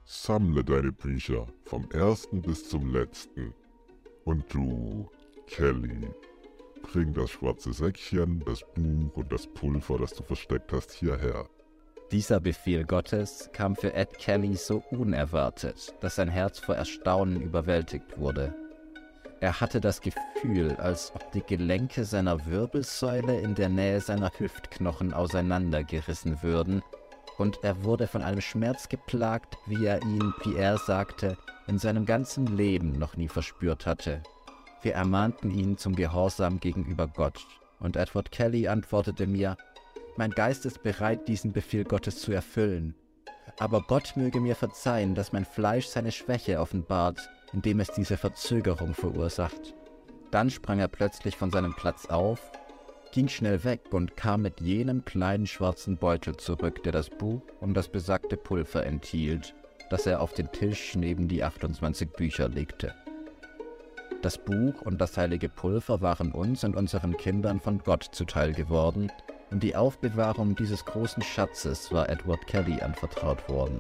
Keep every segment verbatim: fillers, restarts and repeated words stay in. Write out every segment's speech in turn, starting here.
Sammle deine Bücher vom ersten bis zum letzten. Und du, Kelly, bring das schwarze Säckchen, das Buch und das Pulver, das du versteckt hast, hierher. Dieser Befehl Gottes kam für Ed Kelly so unerwartet, dass sein Herz vor Erstaunen überwältigt wurde. Er hatte das Gefühl, als ob die Gelenke seiner Wirbelsäule in der Nähe seiner Hüftknochen auseinandergerissen würden, und er wurde von einem Schmerz geplagt, wie er ihn, wie er sagte, in seinem ganzen Leben noch nie verspürt hatte. Wir ermahnten ihn zum Gehorsam gegenüber Gott, und Edward Kelly antwortete mir: Mein Geist ist bereit, diesen Befehl Gottes zu erfüllen. Aber Gott möge mir verzeihen, dass mein Fleisch seine Schwäche offenbart, indem es diese Verzögerung verursacht. Dann sprang er plötzlich von seinem Platz auf, ging schnell weg und kam mit jenem kleinen schwarzen Beutel zurück, der das Buch und das besagte Pulver enthielt, das er auf den Tisch neben die achtundzwanzig Bücher legte. Das Buch und das heilige Pulver waren uns und unseren Kindern von Gott zuteil geworden, und die Aufbewahrung dieses großen Schatzes war Edward Kelly anvertraut worden.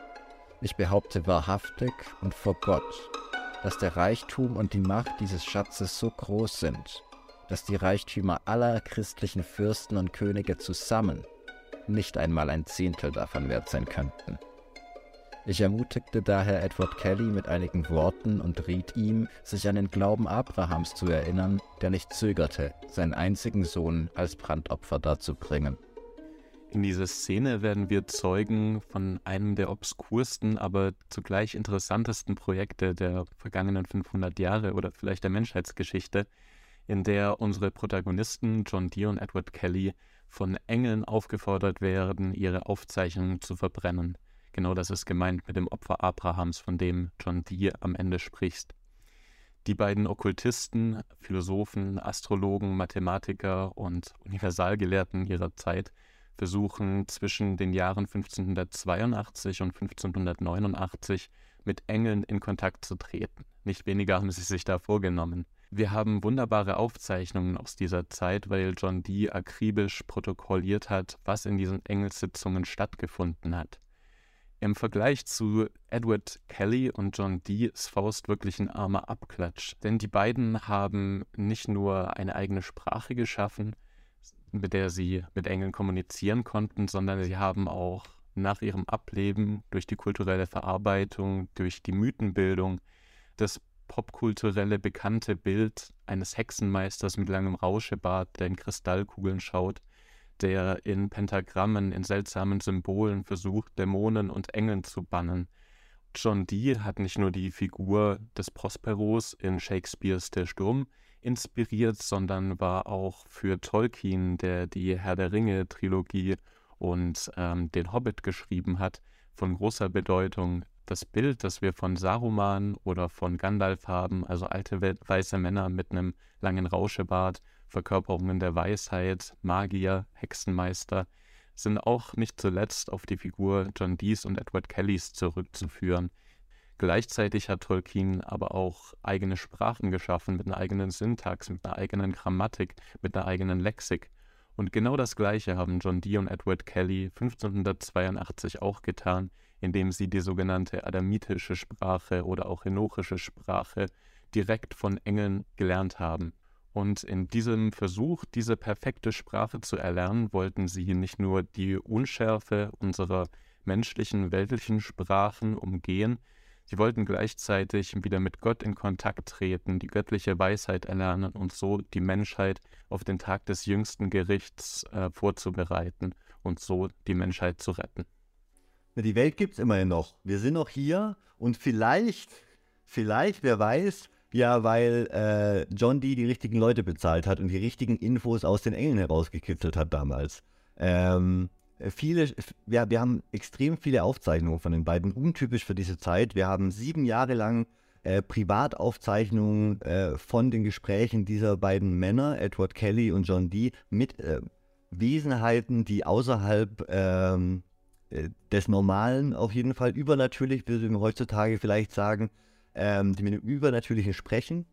Ich behaupte wahrhaftig und vor Gott, dass der Reichtum und die Macht dieses Schatzes so groß sind, dass die Reichtümer aller christlichen Fürsten und Könige zusammen nicht einmal ein Zehntel davon wert sein könnten. Ich ermutigte daher Edward Kelly mit einigen Worten und riet ihm, sich an den Glauben Abrahams zu erinnern, der nicht zögerte, seinen einzigen Sohn als Brandopfer darzubringen. In dieser Szene werden wir Zeugen von einem der obskursten, aber zugleich interessantesten Projekte der vergangenen fünfhundert Jahre oder vielleicht der Menschheitsgeschichte, in der unsere Protagonisten John Dee und Edward Kelly von Engeln aufgefordert werden, ihre Aufzeichnungen zu verbrennen. Genau das ist gemeint mit dem Opfer Abrahams, von dem John Dee am Ende spricht. Die beiden Okkultisten, Philosophen, Astrologen, Mathematiker und Universalgelehrten ihrer Zeit versuchen zwischen den Jahren fünfzehnhundertzweiundachtzig und fünfzehnhundertneunundachtzig mit Engeln in Kontakt zu treten. Nicht weniger haben sie sich da vorgenommen. Wir haben wunderbare Aufzeichnungen aus dieser Zeit, weil John Dee akribisch protokolliert hat, was in diesen Engelssitzungen stattgefunden hat. Im Vergleich zu Edward Kelly und John Dee ist Faust wirklich ein armer Abklatsch, denn die beiden haben nicht nur eine eigene Sprache geschaffen, mit der sie mit Engeln kommunizieren konnten, sondern sie haben auch nach ihrem Ableben durch die kulturelle Verarbeitung, durch die Mythenbildung, das popkulturelle bekannte Bild eines Hexenmeisters mit langem Rauschebart, der in Kristallkugeln schaut, der in Pentagrammen, in seltsamen Symbolen versucht, Dämonen und Engeln zu bannen. John Dee hat nicht nur die Figur des Prosperos in Shakespeares Der Sturm inspiriert, sondern war auch für Tolkien, der die Herr der Ringe-Trilogie und ähm, den Hobbit geschrieben hat, von großer Bedeutung. Das Bild, das wir von Saruman oder von Gandalf haben, also alte weiße Männer mit einem langen Rauschebart, Verkörperungen der Weisheit, Magier, Hexenmeister, sind auch nicht zuletzt auf die Figur John Dees und Edward Kellys zurückzuführen. Gleichzeitig hat Tolkien aber auch eigene Sprachen geschaffen, mit einer eigenen Syntax, mit einer eigenen Grammatik, mit einer eigenen Lexik. Und genau das Gleiche haben John Dee und Edward Kelly fünfzehnhundertzweiundachtzig auch getan, indem sie die sogenannte adamitische Sprache oder auch henochische Sprache direkt von Engeln gelernt haben. Und in diesem Versuch, diese perfekte Sprache zu erlernen, wollten sie nicht nur die Unschärfe unserer menschlichen, weltlichen Sprachen umgehen, sie wollten gleichzeitig wieder mit Gott in Kontakt treten, die göttliche Weisheit erlernen und so die Menschheit auf den Tag des jüngsten Gerichts äh, vorzubereiten und so die Menschheit zu retten. Die Welt gibt es immerhin noch. Wir sind noch hier und vielleicht, vielleicht, wer weiß, ja, weil äh, John Dee die richtigen Leute bezahlt hat und die richtigen Infos aus den Engeln herausgekitzelt hat damals. Ähm, viele, ja, wir haben extrem viele Aufzeichnungen von den beiden, untypisch für diese Zeit. Wir haben sieben Jahre lang äh, Privataufzeichnungen äh, von den Gesprächen dieser beiden Männer, Edward Kelly und John Dee, mit äh, Wesenheiten, die außerhalb ähm, des Normalen auf jeden Fall übernatürlich, würde man heutzutage vielleicht sagen, ähm, die mit dem Übernatürlichen sprechen.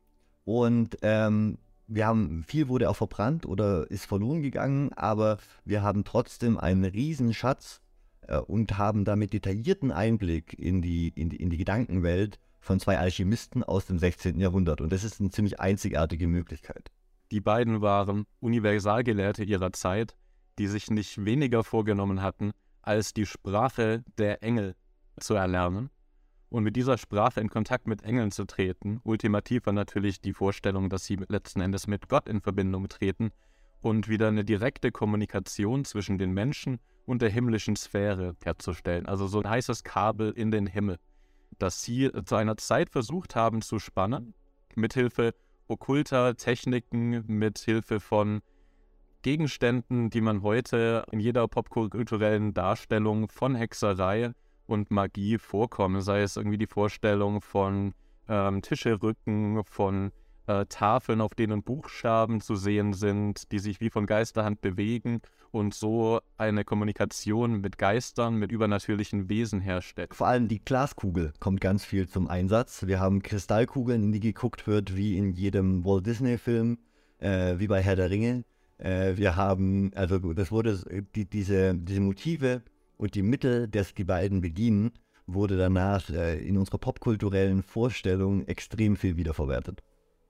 Und ähm, wir haben, viel wurde auch verbrannt oder ist verloren gegangen, aber wir haben trotzdem einen riesen Schatz äh, und haben damit detaillierten Einblick in die, in die, in die Gedankenwelt von zwei Alchemisten aus dem sechzehnten Jahrhundert. Und das ist eine ziemlich einzigartige Möglichkeit. Die beiden waren Universalgelehrte ihrer Zeit, die sich nicht weniger vorgenommen hatten, als die Sprache der Engel zu erlernen. Und mit dieser Sprache in Kontakt mit Engeln zu treten, ultimativ war natürlich die Vorstellung, dass sie letzten Endes mit Gott in Verbindung treten und wieder eine direkte Kommunikation zwischen den Menschen und der himmlischen Sphäre herzustellen. Also so ein heißes Kabel in den Himmel, das sie zu einer Zeit versucht haben zu spannen, mithilfe okkulter Techniken, mithilfe von Gegenständen, die man heute in jeder popkulturellen Darstellung von Hexerei und Magie vorkommen, sei es irgendwie die Vorstellung von ähm, Tischrücken, von äh, Tafeln, auf denen Buchstaben zu sehen sind, die sich wie von Geisterhand bewegen und so eine Kommunikation mit Geistern, mit übernatürlichen Wesen herstellt. Vor allem die Glaskugel kommt ganz viel zum Einsatz. Wir haben Kristallkugeln, in die geguckt wird, wie in jedem Walt Disney-Film, äh, wie bei Herr der Ringe. Äh, wir haben, also das wurde, die, diese, diese Motive und die Mittel, das die beiden bedienen, wurde danach äh, in unserer popkulturellen Vorstellung extrem viel wiederverwertet.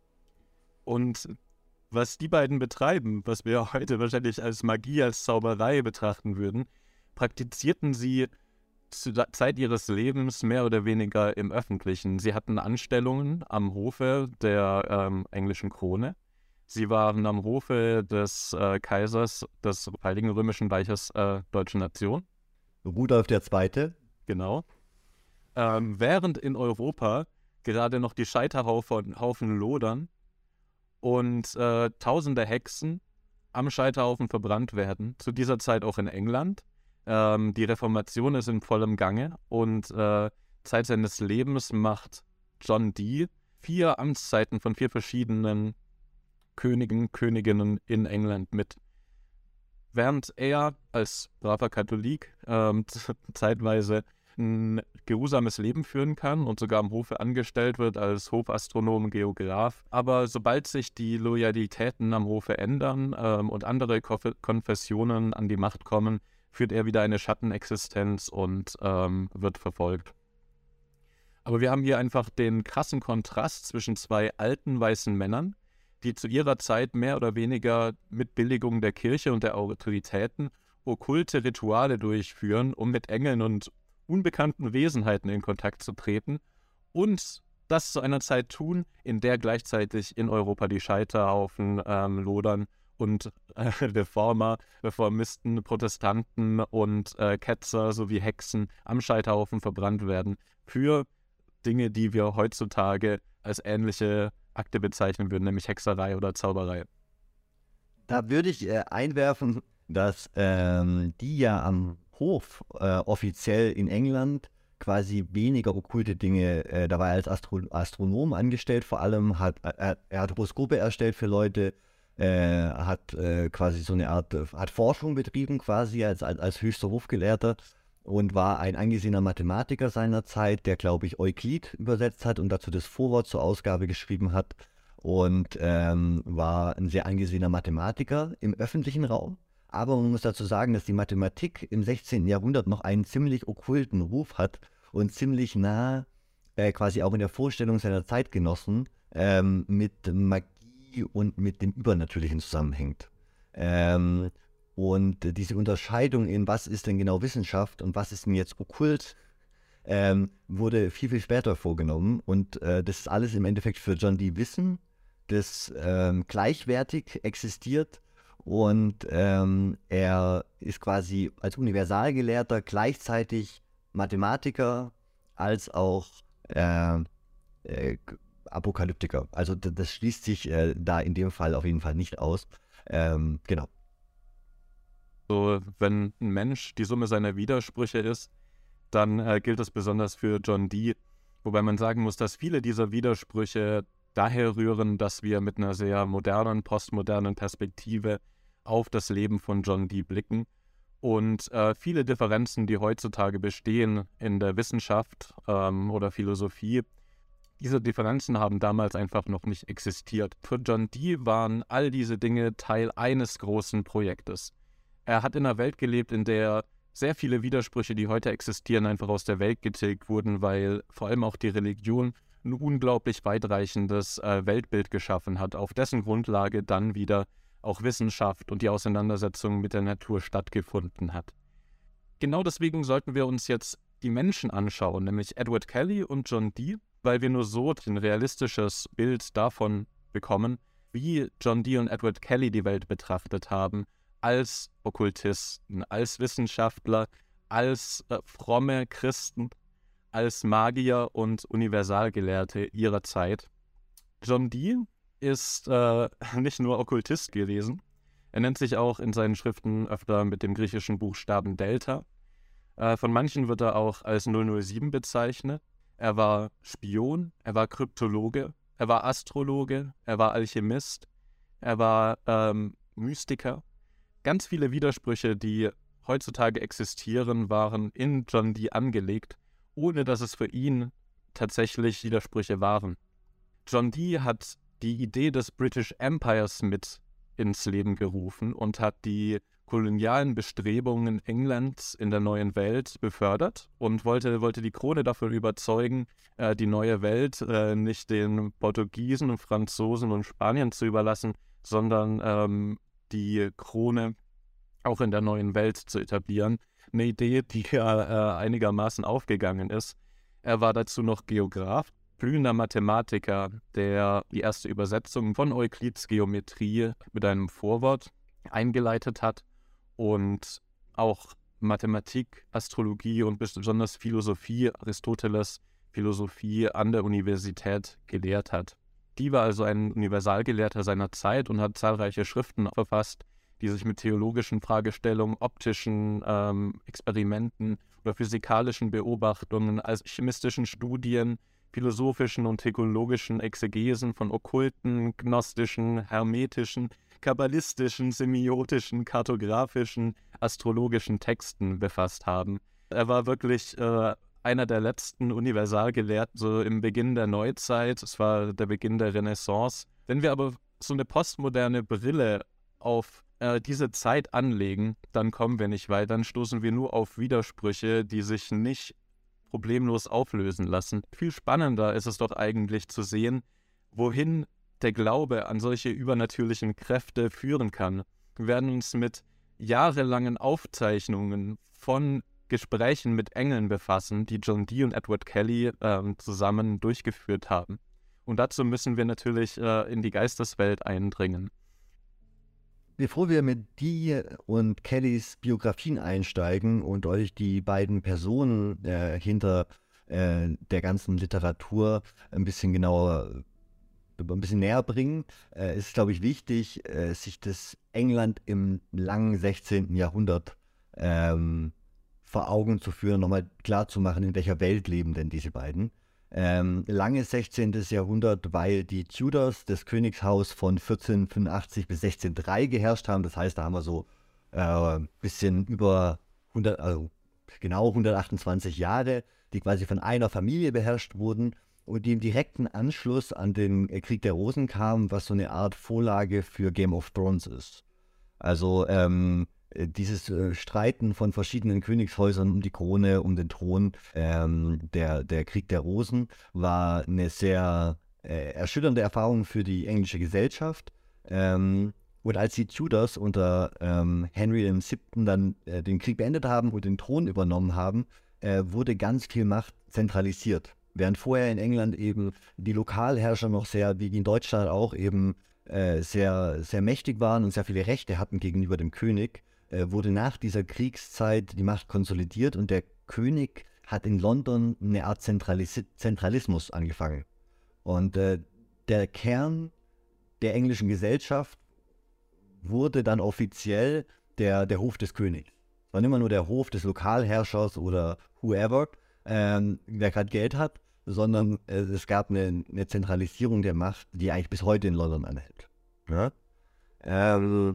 Und was die beiden betreiben, was wir heute wahrscheinlich als Magie, als Zauberei betrachten würden, praktizierten sie zur Zeit ihres Lebens mehr oder weniger im Öffentlichen. Sie hatten Anstellungen am Hofe der ähm, englischen Krone. Sie waren am Hofe des äh, Kaisers des Heiligen Römischen Reiches äh, Deutsche Nation. Rudolf der Zweite. Genau. Ähm, während in Europa gerade noch die Scheiterhaufen Haufen lodern und äh, tausende Hexen am Scheiterhaufen verbrannt werden. Zu dieser Zeit auch in England. Ähm, die Reformation ist in vollem Gange und äh, Zeit seines Lebens macht John Dee vier Amtszeiten von vier verschiedenen Königen, Königinnen in England mit. Während er als braver Katholik ähm, zeitweise ein geruhsames Leben führen kann und sogar am Hofe angestellt wird als Hofastronom, Geograf. Aber sobald sich die Loyalitäten am Hofe ändern ähm, und andere Konf- Konfessionen an die Macht kommen, führt er wieder eine Schattenexistenz und ähm, wird verfolgt. Aber wir haben hier einfach den krassen Kontrast zwischen zwei alten weißen Männern, die zu ihrer Zeit mehr oder weniger mit Billigung der Kirche und der Autoritäten okkulte Rituale durchführen, um mit Engeln und unbekannten Wesenheiten in Kontakt zu treten und das zu einer Zeit tun, in der gleichzeitig in Europa die Scheiterhaufen ähm, lodern und äh, Reformer, Reformisten, Protestanten und äh, Ketzer sowie Hexen am Scheiterhaufen verbrannt werden für Dinge, die wir heutzutage als ähnliche Akte bezeichnen würden, nämlich Hexerei oder Zauberei. Da würde ich äh, einwerfen, dass ähm, die ja am Hof äh, offiziell in England quasi weniger okkulte Dinge, äh, da war er als Astro Astronom angestellt, vor allem hat er, er hat Horoskope erstellt für Leute, äh, hat äh, quasi so eine Art, äh, hat Forschung betrieben quasi als, als, als höchster Hofgelehrter und war ein angesehener Mathematiker seiner Zeit, der, glaube ich, Euklid übersetzt hat und dazu das Vorwort zur Ausgabe geschrieben hat und ähm, war ein sehr angesehener Mathematiker im öffentlichen Raum. Aber man muss dazu sagen, dass die Mathematik im sechzehnten Jahrhundert noch einen ziemlich okkulten Ruf hat und ziemlich nah, äh, quasi auch in der Vorstellung seiner Zeitgenossen, ähm, mit Magie und mit dem Übernatürlichen zusammenhängt. Ähm, und diese Unterscheidung in was ist denn genau Wissenschaft und was ist denn jetzt okkult, ähm, wurde viel, viel später vorgenommen. Und äh, das ist alles im Endeffekt für John Dee Wissen, das ähm, gleichwertig existiert. Und ähm, er ist quasi als Universalgelehrter gleichzeitig Mathematiker als auch äh, äh, Apokalyptiker. Also d- das schließt sich äh, da in dem Fall auf jeden Fall nicht aus. Ähm, genau. So, wenn ein Mensch die Summe seiner Widersprüche ist, dann äh, gilt das besonders für John Dee. Wobei man sagen muss, dass viele dieser Widersprüche daher rühren, dass wir mit einer sehr modernen, postmodernen Perspektive auf das Leben von John Dee blicken und äh, viele Differenzen, die heutzutage bestehen in der Wissenschaft ähm, oder Philosophie, diese Differenzen haben damals einfach noch nicht existiert. Für John Dee waren all diese Dinge Teil eines großen Projektes. Er hat in einer Welt gelebt, in der sehr viele Widersprüche, die heute existieren, einfach aus der Welt getilgt wurden, weil vor allem auch die Religion ein unglaublich weitreichendes äh, Weltbild geschaffen hat, auf dessen Grundlage dann wieder auch Wissenschaft und die Auseinandersetzung mit der Natur stattgefunden hat. Genau deswegen sollten wir uns jetzt die Menschen anschauen, nämlich Edward Kelly und John Dee, weil wir nur so ein realistisches Bild davon bekommen, wie John Dee und Edward Kelly die Welt betrachtet haben, als Okkultisten, als Wissenschaftler, als äh, fromme Christen, als Magier und Universalgelehrte ihrer Zeit. John Dee ist äh, nicht nur Okkultist gewesen, er nennt sich auch in seinen Schriften öfter mit dem griechischen Buchstaben Delta. Äh, von manchen wird er auch als null null sieben bezeichnet. Er war Spion, er war Kryptologe, er war Astrologe, er war Alchemist, er war ähm, Mystiker. Ganz viele Widersprüche, die heutzutage existieren, waren in John Dee angelegt, ohne dass es für ihn tatsächlich Widersprüche waren. John Dee hat die Idee des British Empires mit ins Leben gerufen und hat die kolonialen Bestrebungen Englands in der neuen Welt befördert und wollte, wollte die Krone davon überzeugen, äh, die neue Welt äh, nicht den Portugiesen und Franzosen und Spaniern zu überlassen, sondern ähm, die Krone auch in der neuen Welt zu etablieren. Eine Idee, die ja äh, einigermaßen aufgegangen ist. Er war dazu noch Geograf, blühender Mathematiker, der die erste Übersetzung von Euklids Geometrie mit einem Vorwort eingeleitet hat und auch Mathematik, Astrologie und besonders Philosophie, Aristoteles Philosophie an der Universität gelehrt hat. Dee war also ein Universalgelehrter seiner Zeit und hat zahlreiche Schriften verfasst, die sich mit theologischen Fragestellungen, optischen ähm, Experimenten oder physikalischen Beobachtungen, alchemistischen Studien, philosophischen und theologischen Exegesen von okkulten, gnostischen, hermetischen, kabbalistischen, semiotischen, kartografischen, astrologischen Texten befasst haben. Er war wirklich äh, einer der letzten Universalgelehrten, so im Beginn der Neuzeit. Es war der Beginn der Renaissance. Wenn wir aber so eine postmoderne Brille auf äh, diese Zeit anlegen, dann kommen wir nicht weit. Dann stoßen wir nur auf Widersprüche, die sich nicht problemlos auflösen lassen. Viel spannender ist es doch eigentlich zu sehen, wohin der Glaube an solche übernatürlichen Kräfte führen kann. Wir werden uns mit jahrelangen Aufzeichnungen von Gesprächen mit Engeln befassen, die John Dee und Edward Kelly äh, zusammen durchgeführt haben. Und dazu müssen wir natürlich äh, in die Geisteswelt eindringen. Bevor wir mit Dee und Kellys Biografien einsteigen und euch die beiden Personen äh, hinter äh, der ganzen Literatur ein bisschen genauer, ein bisschen näher bringen, äh, ist, glaube ich, wichtig, äh, sich das England im langen sechzehnten Jahrhundert ähm, vor Augen zu führen, nochmal klar zu machen, in welcher Welt leben denn diese beiden. Ähm, langes sechzehnten Jahrhundert, weil die Tudors das Königshaus von vierzehnhundertfünfundachtzig bis sechzehnhundertdrei geherrscht haben. Das heißt, da haben wir so ein äh, bisschen über hundert, also genau hundertachtundzwanzig Jahre, die quasi von einer Familie beherrscht wurden und die im direkten Anschluss an den Krieg der Rosen kamen, was so eine Art Vorlage für Game of Thrones ist. Also ähm, dieses äh, Streiten von verschiedenen Königshäusern um die Krone, um den Thron, ähm, der, der Krieg der Rosen, war eine sehr äh, erschütternde Erfahrung für die englische Gesellschaft. Ähm, und als die Tudors unter ähm, Henry der Siebte dann äh, den Krieg beendet haben und den Thron übernommen haben, äh, wurde ganz viel Macht zentralisiert. Während vorher in England eben die Lokalherrscher noch sehr, wie in Deutschland auch, eben äh, sehr, sehr mächtig waren und sehr viele Rechte hatten gegenüber dem König, wurde nach dieser Kriegszeit die Macht konsolidiert und der König hat in London eine Art Zentralis- Zentralismus angefangen. Und äh, der Kern der englischen Gesellschaft wurde dann offiziell der, der Hof des Königs. Es war nicht mehr nur der Hof des Lokalherrschers oder whoever, ähm, der gerade Geld hat, sondern äh, es gab eine, eine Zentralisierung der Macht, die eigentlich bis heute in London anhält. Ja? Ähm,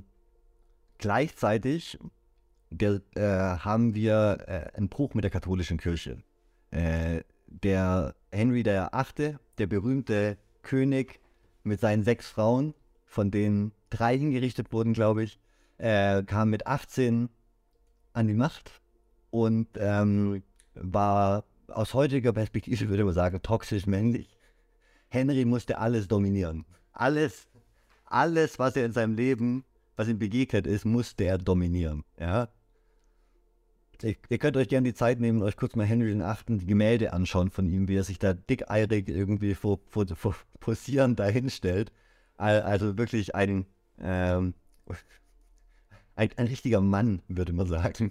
Gleichzeitig der, äh, haben wir äh, einen Bruch mit der katholischen Kirche. Äh, der Henry der Achte, der berühmte König mit seinen sechs Frauen, von denen drei hingerichtet wurden, glaube ich, äh, kam mit achtzehn an die Macht und ähm, war aus heutiger Perspektive, würde man sagen, toxisch männlich. Henry musste alles dominieren. Alles, alles, was er in seinem Leben, was ihm begegnet ist, musste er dominieren. Ja? Ich, ihr könnt euch gerne die Zeit nehmen und euch kurz mal Henry den Achten die Gemälde anschauen von ihm, wie er sich da dickeirig irgendwie vor, vor, vor posierend dahinstellt. Also wirklich ein, ähm, ein, ein richtiger Mann, würde man sagen.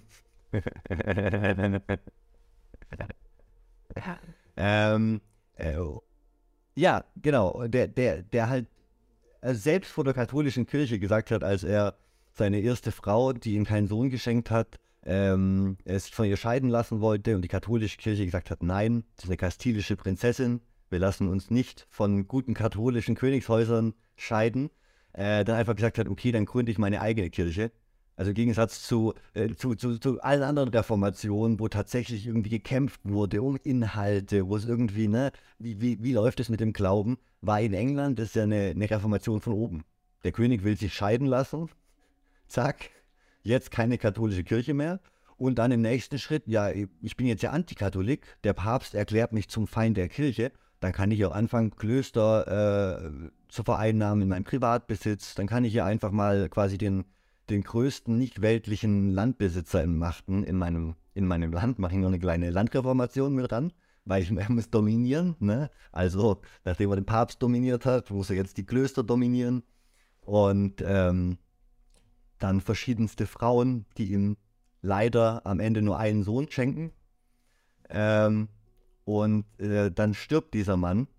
ähm, äh, ja, genau. Der, der, der halt selbst vor der katholischen Kirche gesagt hat, als er seine erste Frau, die ihm keinen Sohn geschenkt hat, ähm, er sich von ihr scheiden lassen wollte und die katholische Kirche gesagt hat, nein, das ist eine kastilische Prinzessin, wir lassen uns nicht von guten katholischen Königshäusern scheiden, äh, dann einfach gesagt hat, okay, dann gründe ich meine eigene Kirche. Also im Gegensatz zu, äh, zu, zu, zu allen anderen Reformationen, wo tatsächlich irgendwie gekämpft wurde um Inhalte, wo es irgendwie, ne, wie, wie, wie läuft es mit dem Glauben, war in England, das ist ja eine, eine Reformation von oben. Der König will sich scheiden lassen, zack, jetzt keine katholische Kirche mehr. Und dann im nächsten Schritt, ja, ich bin jetzt ja Antikatholik, der Papst erklärt mich zum Feind der Kirche, dann kann ich auch anfangen, Klöster äh, zu vereinnahmen in meinem Privatbesitz, dann kann ich ja einfach mal quasi den den größten nicht weltlichen Landbesitzer in Machten in meinem, in meinem Land, mache ich noch eine kleine Landreformation mit dran, weil ich, er muss dominieren, ne? Also, nachdem er den Papst dominiert hat, muss er jetzt die Klöster dominieren und ähm, dann verschiedenste Frauen, die ihm leider am Ende nur einen Sohn schenken ähm, und äh, dann stirbt dieser Mann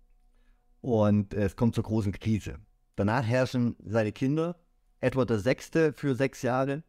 und äh, es kommt zur großen Krise. Danach herrschen seine Kinder. Edward der Sechste für sechs Jahre,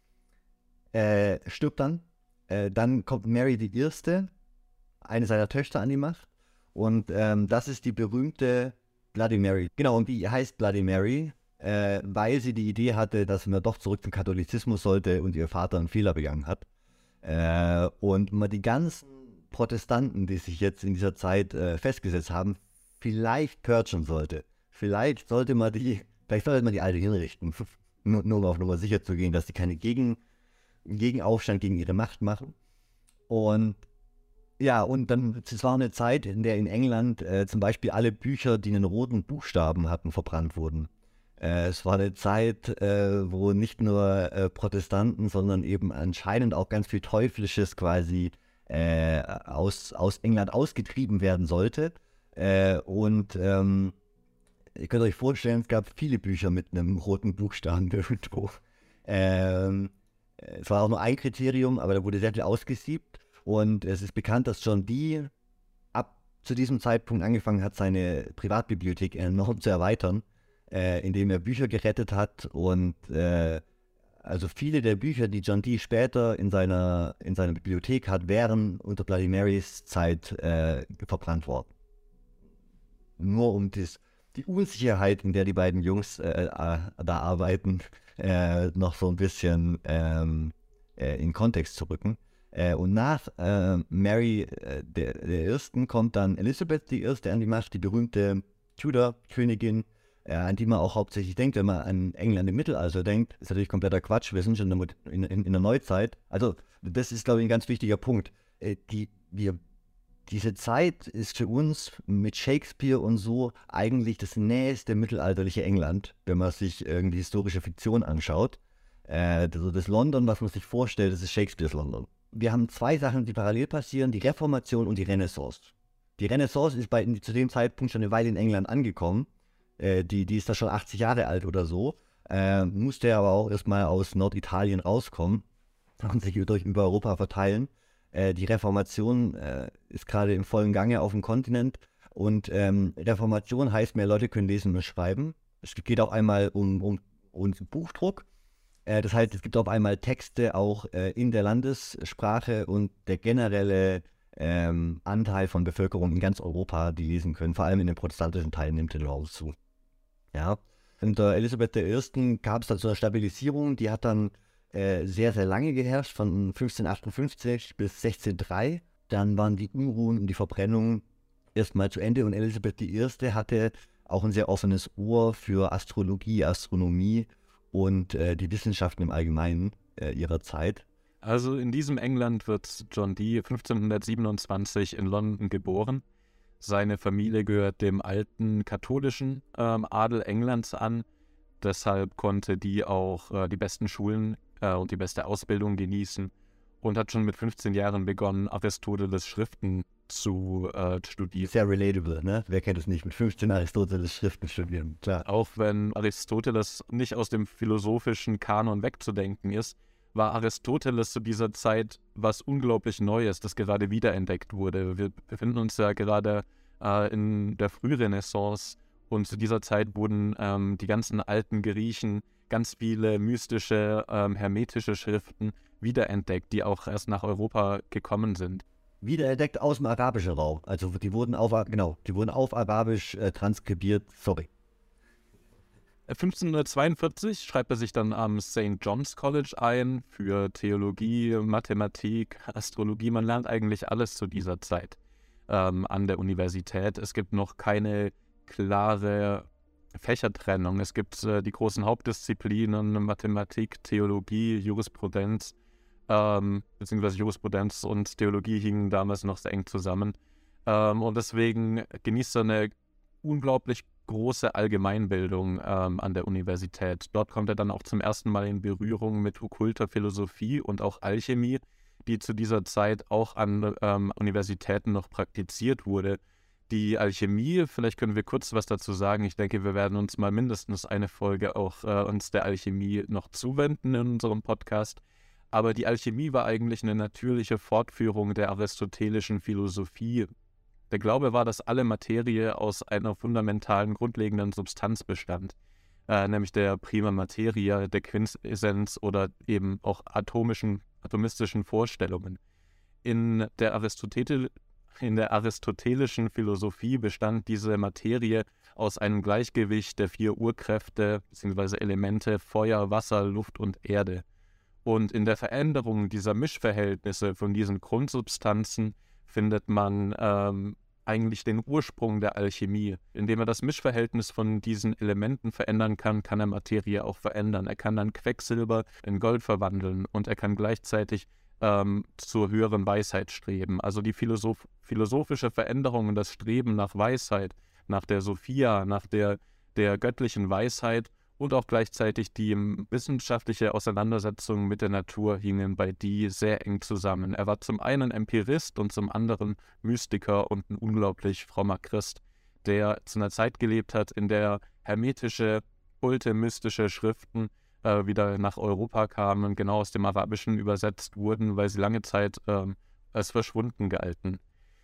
äh, stirbt dann. Äh, dann kommt Mary die Erste, eine seiner Töchter, an die Macht. Und ähm, das ist die berühmte Bloody Mary. Genau, und die heißt Bloody Mary, äh, weil sie die Idee hatte, dass man doch zurück zum Katholizismus sollte und ihr Vater einen Fehler begangen hat. Äh, und man die ganzen Protestanten, die sich jetzt in dieser Zeit äh, festgesetzt haben, vielleicht purgen sollte. Vielleicht sollte man die Vielleicht sollte man die alte hinrichten, nur, nur um auf Nummer sicher zu gehen, dass die keine Gegen, Gegenaufstand gegen ihre Macht machen. Und ja, und dann, es war eine Zeit, in der in England äh, zum Beispiel alle Bücher, die einen roten Buchstaben hatten, verbrannt wurden. Äh, es war eine Zeit, äh, wo nicht nur äh, Protestanten, sondern eben anscheinend auch ganz viel Teuflisches quasi äh, aus, aus England ausgetrieben werden sollte. Äh, und ähm, Ihr könnt euch vorstellen, es gab viele Bücher mit einem roten Buchstaben irgendwo. Ähm, es war auch nur ein Kriterium, aber da wurde sehr viel ausgesiebt. Und es ist bekannt, dass John Dee ab zu diesem Zeitpunkt angefangen hat, seine Privatbibliothek enorm zu erweitern, äh, indem er Bücher gerettet hat. Und äh, also viele der Bücher, die John Dee später in seiner, in seiner Bibliothek hat, wären unter Bloody Marys Zeit äh, verbrannt worden. Nur um das die Unsicherheit, in der die beiden Jungs äh, äh, da arbeiten, äh, noch so ein bisschen ähm, äh, in Kontext zu rücken. Äh, und nach äh, Mary äh, der, der Ersten kommt dann Elisabeth die Erste an die Macht, die berühmte Tudor-Königin, äh, an die man auch hauptsächlich denkt, wenn man an England im Mittelalter denkt. Ist natürlich kompletter Quatsch, wir sind schon in, in, in der Neuzeit. Also das ist, glaube ich, ein ganz wichtiger Punkt. Äh, die, wir Diese Zeit ist für uns mit Shakespeare und so eigentlich das nächste mittelalterliche England, wenn man sich irgendwie historische Fiktion anschaut. Äh, also das London, was man sich vorstellt, das ist Shakespeares London. Wir haben zwei Sachen, die parallel passieren, die Reformation und die Renaissance. Die Renaissance ist bei, zu dem Zeitpunkt schon eine Weile in England angekommen. Äh, die, die ist da schon achtzig Jahre alt oder so. Äh, musste aber auch erstmal aus Norditalien rauskommen und sich durch über Europa verteilen. Die Reformation äh, ist gerade im vollen Gange auf dem Kontinent und ähm, Reformation heißt, mehr Leute können lesen und schreiben. Es geht auch einmal um, um, um Buchdruck. Äh, das heißt, es gibt auf einmal Texte auch äh, in der Landessprache und der generelle ähm, Anteil von Bevölkerung in ganz Europa, die lesen können, vor allem in den protestantischen Teilen nimmt der Raum zu. Ja. Unter Elisabeth der Ersten gab es dann so eine Stabilisierung, die hat dann Äh, sehr, sehr lange geherrscht, von fünfzehnhundertachtundfünfzig bis sechzehnhundertdrei. Dann waren die Unruhen und die Verbrennung erstmal zu Ende und Elisabeth die Erste hatte auch ein sehr offenes Ohr für Astrologie, Astronomie und äh, die Wissenschaften im Allgemeinen äh, ihrer Zeit. Also in diesem England wird John Dee fünfzehnhundertsiebenundzwanzig in London geboren. Seine Familie gehört dem alten katholischen ähm, Adel Englands an. Deshalb konnte Dee auch äh, die besten Schulen äh, und die beste Ausbildung genießen und hat schon mit fünfzehn Jahren begonnen, Aristoteles Schriften zu äh, studieren. Sehr relatable, ne? Wer kennt es nicht, mit fünfzehn Aristoteles Schriften studieren, klar. Auch wenn Aristoteles nicht aus dem philosophischen Kanon wegzudenken ist, war Aristoteles zu dieser Zeit was unglaublich Neues, das gerade wiederentdeckt wurde. Wir befinden uns ja gerade äh, in der Frührenaissance und zu dieser Zeit wurden ähm, die ganzen alten Griechen, ganz viele mystische, ähm, hermetische Schriften wiederentdeckt, die auch erst nach Europa gekommen sind. Wiederentdeckt aus dem arabischen Raum. Also die wurden auf, genau, die wurden auf Arabisch äh, transkribiert, sorry. fünfzehnhundertzweiundvierzig schreibt er sich dann am Saint John's College ein für Theologie, Mathematik, Astrologie. Man lernt eigentlich alles zu dieser Zeit ähm, an der Universität. Es gibt noch keine klare Fächertrennung. Es gibt äh, die großen Hauptdisziplinen Mathematik, Theologie, Jurisprudenz, ähm, beziehungsweise Jurisprudenz und Theologie hingen damals noch sehr eng zusammen. Ähm, und deswegen genießt er eine unglaublich große Allgemeinbildung ähm, an der Universität. Dort kommt er dann auch zum ersten Mal in Berührung mit okkulter Philosophie und auch Alchemie, die zu dieser Zeit auch an ähm, Universitäten noch praktiziert wurde. Die Alchemie, vielleicht können wir kurz was dazu sagen. Ich denke, wir werden uns mal mindestens eine Folge auch äh, uns der Alchemie noch zuwenden in unserem Podcast. Aber die Alchemie war eigentlich eine natürliche Fortführung der aristotelischen Philosophie. Der Glaube war, dass alle Materie aus einer fundamentalen, grundlegenden Substanz bestand, äh, nämlich der Prima Materia, der Quintessenz oder eben auch atomischen, atomistischen Vorstellungen. In der, Aristotel, in der aristotelischen Philosophie bestand diese Materie aus einem Gleichgewicht der vier Urkräfte bzw. Elemente Feuer, Wasser, Luft und Erde. Und in der Veränderung dieser Mischverhältnisse von diesen Grundsubstanzen findet man ähm, eigentlich den Ursprung der Alchemie. Indem er das Mischverhältnis von diesen Elementen verändern kann, kann er Materie auch verändern. Er kann dann Quecksilber in Gold verwandeln und er kann gleichzeitig ähm, zur höheren Weisheit streben. Also die Philosoph- philosophische Veränderung und das Streben nach Weisheit, nach der Sophia, nach der, der göttlichen Weisheit und auch gleichzeitig die wissenschaftliche Auseinandersetzung mit der Natur hingen bei Dee sehr eng zusammen. Er war zum einen Empirist und zum anderen Mystiker und ein unglaublich frommer Christ, der zu einer Zeit gelebt hat, in der hermetische, kulte, mystische Schriften äh, wieder nach Europa kamen, genau aus dem Arabischen übersetzt wurden, weil sie lange Zeit ähm, als verschwunden galten.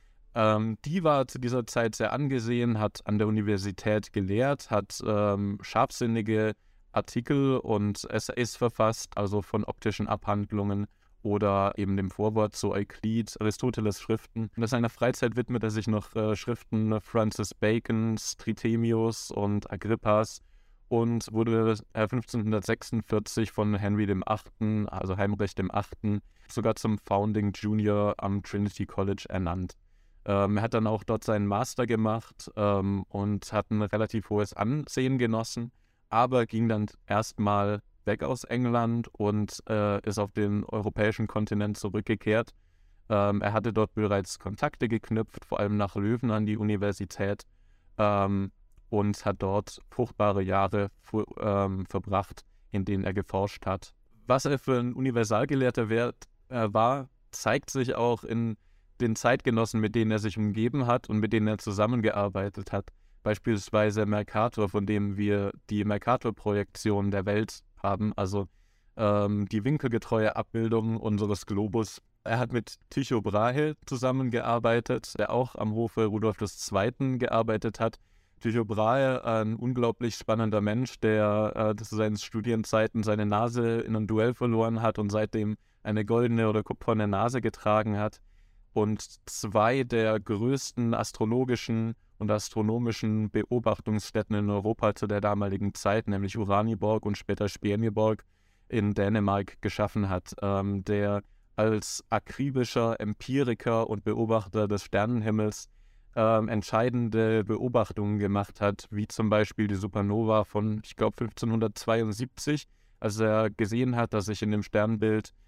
Ähm, Dee war zu dieser Zeit sehr angesehen, hat an der Universität gelehrt, hat ähm, scharfsinnige Artikel und Essays verfasst, also von optischen Abhandlungen oder eben dem Vorwort zu Euklid, Aristoteles Schriften. In seiner Freizeit widmet er sich noch äh, Schriften Francis Bacons, Trithemius und Agrippas und wurde äh, fünfzehnhundertsechsundvierzig von Henry dem Achten, also Heinrich dem Achten, sogar zum Founding Junior am Trinity College ernannt. Ähm, er hat dann auch dort seinen Master gemacht ähm, und hat ein relativ hohes Ansehen genossen, aber ging dann erstmal weg aus England und äh, ist auf den europäischen Kontinent zurückgekehrt. Ähm, er hatte dort bereits Kontakte geknüpft, vor allem nach Löwen an die Universität ähm, und hat dort fruchtbare Jahre fu- ähm, verbracht, in denen er geforscht hat. Was er für ein Universalgelehrter wert, äh, war, zeigt sich auch in den Zeitgenossen, mit denen er sich umgeben hat und mit denen er zusammengearbeitet hat. Beispielsweise Mercator, von dem wir die Mercator-Projektion der Welt haben, also ähm, die winkelgetreue Abbildung unseres Globus. Er hat mit Tycho Brahe zusammengearbeitet, der auch am Hofe Rudolf des Zweiten gearbeitet hat. Tycho Brahe, ein unglaublich spannender Mensch, der äh, zu seinen Studienzeiten seine Nase in einem Duell verloren hat und seitdem eine goldene oder kupferne Nase getragen hat. Und zwei der größten astrologischen und astronomischen Beobachtungsstätten in Europa zu der damaligen Zeit, nämlich Uraniborg und später Spieneborg in Dänemark geschaffen hat, ähm, der als akribischer Empiriker und Beobachter des Sternenhimmels ähm, entscheidende Beobachtungen gemacht hat, wie zum Beispiel die Supernova von, ich glaube, fünfzehnhundertzweiundsiebzig, als er gesehen hat, dass sich in dem Sternbild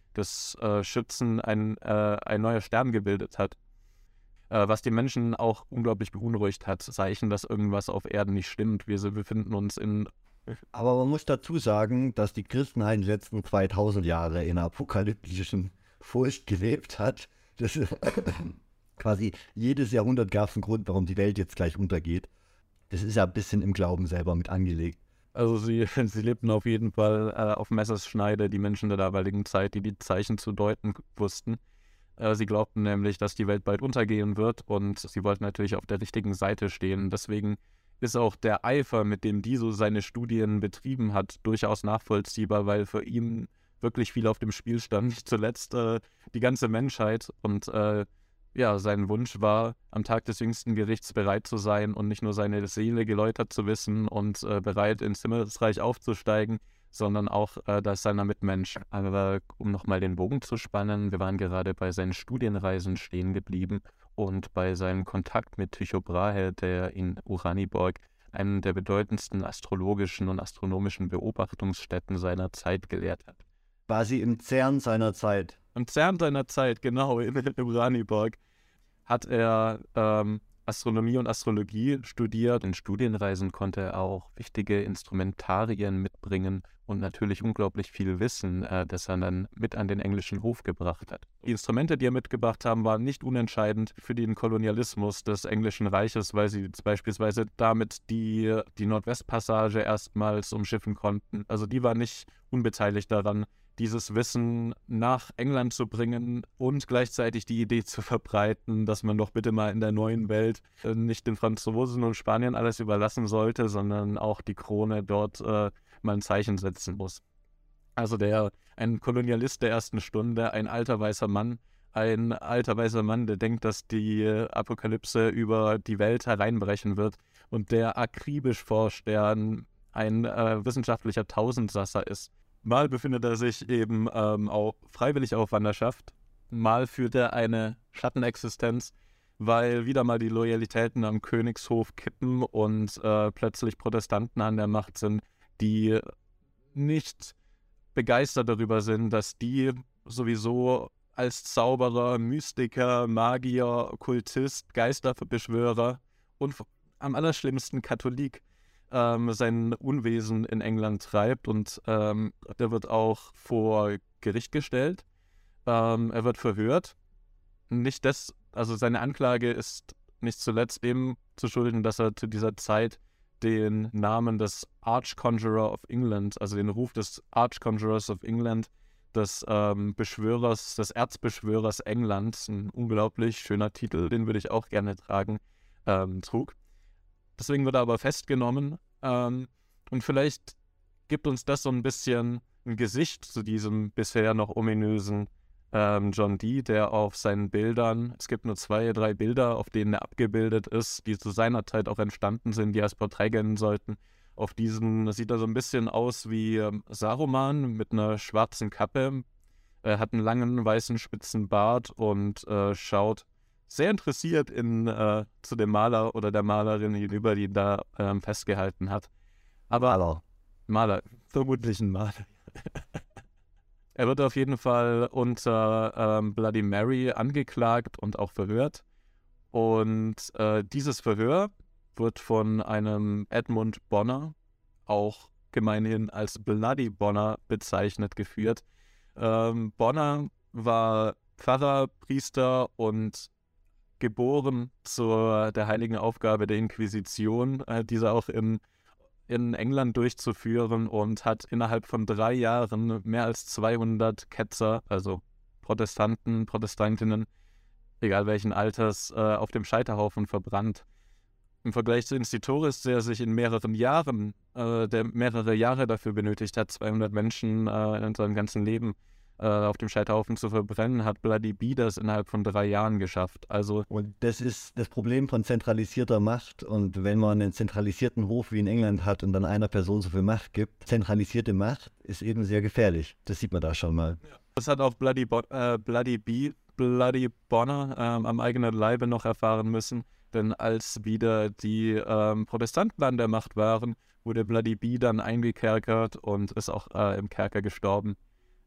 des äh, Schützen ein, äh, ein neuer Stern gebildet hat. Äh, was die Menschen auch unglaublich beunruhigt hat. Zeichen, dass irgendwas auf Erden nicht stimmt. Wir befinden uns in... Aber man muss dazu sagen, dass die Christenheit die letzten zweitausend Jahre in apokalyptischen Furcht gelebt hat. Das ist quasi jedes Jahrhundert gab es einen Grund, warum die Welt jetzt gleich untergeht. Das ist ja ein bisschen im Glauben selber mit angelegt. Also sie, sie lebten auf jeden Fall äh, auf Messerschneide, die Menschen der damaligen Zeit, die die Zeichen zu deuten wussten. Äh, sie glaubten nämlich, dass die Welt bald untergehen wird und sie wollten natürlich auf der richtigen Seite stehen. Deswegen ist auch der Eifer, mit dem die so seine Studien betrieben hat, durchaus nachvollziehbar, weil für ihn wirklich viel auf dem Spiel stand. Nicht zuletzt äh, die ganze Menschheit und äh, ja, sein Wunsch war, am Tag des jüngsten Gerichts bereit zu sein und nicht nur seine Seele geläutert zu wissen und äh, bereit ins Himmelsreich aufzusteigen, sondern auch äh, das seiner Mitmenschen. Aber um nochmal den Bogen zu spannen, wir waren gerade bei seinen Studienreisen stehen geblieben und bei seinem Kontakt mit Tycho Brahe, der in Uraniborg einen der bedeutendsten astrologischen und astronomischen Beobachtungsstätten seiner Zeit gelehrt hat. War sie im CERN seiner Zeit? Im CERN seiner Zeit, genau, in Uraniborg, hat er ähm, Astronomie und Astrologie studiert. In Studienreisen konnte er auch wichtige Instrumentarien mitbringen und natürlich unglaublich viel Wissen, äh, das er dann mit an den englischen Hof gebracht hat. Die Instrumente, die er mitgebracht haben, waren nicht unentscheidend für den Kolonialismus des englischen Reiches, weil sie beispielsweise damit die, die Nordwestpassage erstmals umschiffen konnten. Also die war nicht unbeteiligt daran, dieses Wissen nach England zu bringen und gleichzeitig die Idee zu verbreiten, dass man doch bitte mal in der neuen Welt äh, nicht den Franzosen und Spaniern alles überlassen sollte, sondern auch die Krone dort äh, mal ein Zeichen setzen muss. Also der ein Kolonialist der ersten Stunde, ein alter weißer Mann, ein alter weißer Mann, der denkt, dass die Apokalypse über die Welt hereinbrechen wird und der akribisch forscht, der ein, ein äh, wissenschaftlicher Tausendsasser ist. Mal befindet er sich eben ähm, auch freiwillig auf Wanderschaft, mal führt er eine Schattenexistenz, weil wieder mal die Loyalitäten am Königshof kippen und äh, plötzlich Protestanten an der Macht sind, die nicht begeistert darüber sind, dass die sowieso als Zauberer, Mystiker, Magier, Okkultist, Geisterbeschwörer und am allerschlimmsten Katholik ähm, sein Unwesen in England treibt und ähm, der wird auch vor Gericht gestellt. Ähm, er wird verhört. Nicht das, also seine Anklage ist nicht zuletzt dem zu schulden, dass er zu dieser Zeit den Namen des Archconjurer of England, also den Ruf des Archconjurers of England, des ähm, Beschwörers, des Erzbeschwörers Englands, ein unglaublich schöner Titel, den würde ich auch gerne tragen, ähm, trug. Deswegen wird er aber festgenommen ähm, und vielleicht gibt uns das so ein bisschen ein Gesicht zu diesem bisher noch ominösen ähm, John Dee, der auf seinen Bildern, es gibt nur zwei, drei Bilder, auf denen er abgebildet ist, die zu seiner Zeit auch entstanden sind, die als Porträt gelten sollten. Auf diesen sieht er so ein bisschen aus wie ähm, Saruman mit einer schwarzen Kappe. Er hat einen langen, weißen, spitzen Bart und äh, schaut sehr interessiert in, äh, zu dem Maler oder der Malerin hinüber, die ihn da ähm, festgehalten hat. Aber Maler. Maler, vermutlich ein Maler. Er wird auf jeden Fall unter ähm, Bloody Mary angeklagt und auch verhört. Und äh, dieses Verhör wird von einem Edmund Bonner, auch gemeinhin als Bloody Bonner bezeichnet, geführt. Ähm, Bonner war Pfarrer, Priester und geboren zur der heiligen Aufgabe der Inquisition, äh, diese auch in, in England durchzuführen und hat innerhalb von drei Jahren mehr als zweihundert Ketzer, also Protestanten, Protestantinnen, egal welchen Alters, äh, auf dem Scheiterhaufen verbrannt. Im Vergleich zu Institoris, der sich in mehreren Jahren, äh, der mehrere Jahre dafür benötigt hat, zweihundert Menschen äh, in seinem ganzen Leben äh, auf dem Scheiterhaufen zu verbrennen, hat Bloody Bee das innerhalb von drei Jahren geschafft. Also Und das ist das Problem von zentralisierter Macht. Und wenn man einen zentralisierten Hof wie in England hat und dann einer Person so viel Macht gibt, zentralisierte Macht ist eben sehr gefährlich. Das sieht man da schon mal. das hat auch Bloody, Bo- äh, Bloody Bee, Bloody Bonner ähm, am eigenen Leibe noch erfahren müssen. Denn als wieder die ähm, Protestanten an der Macht waren, wurde Bloody Bee dann eingekerkert und ist auch äh, im Kerker gestorben.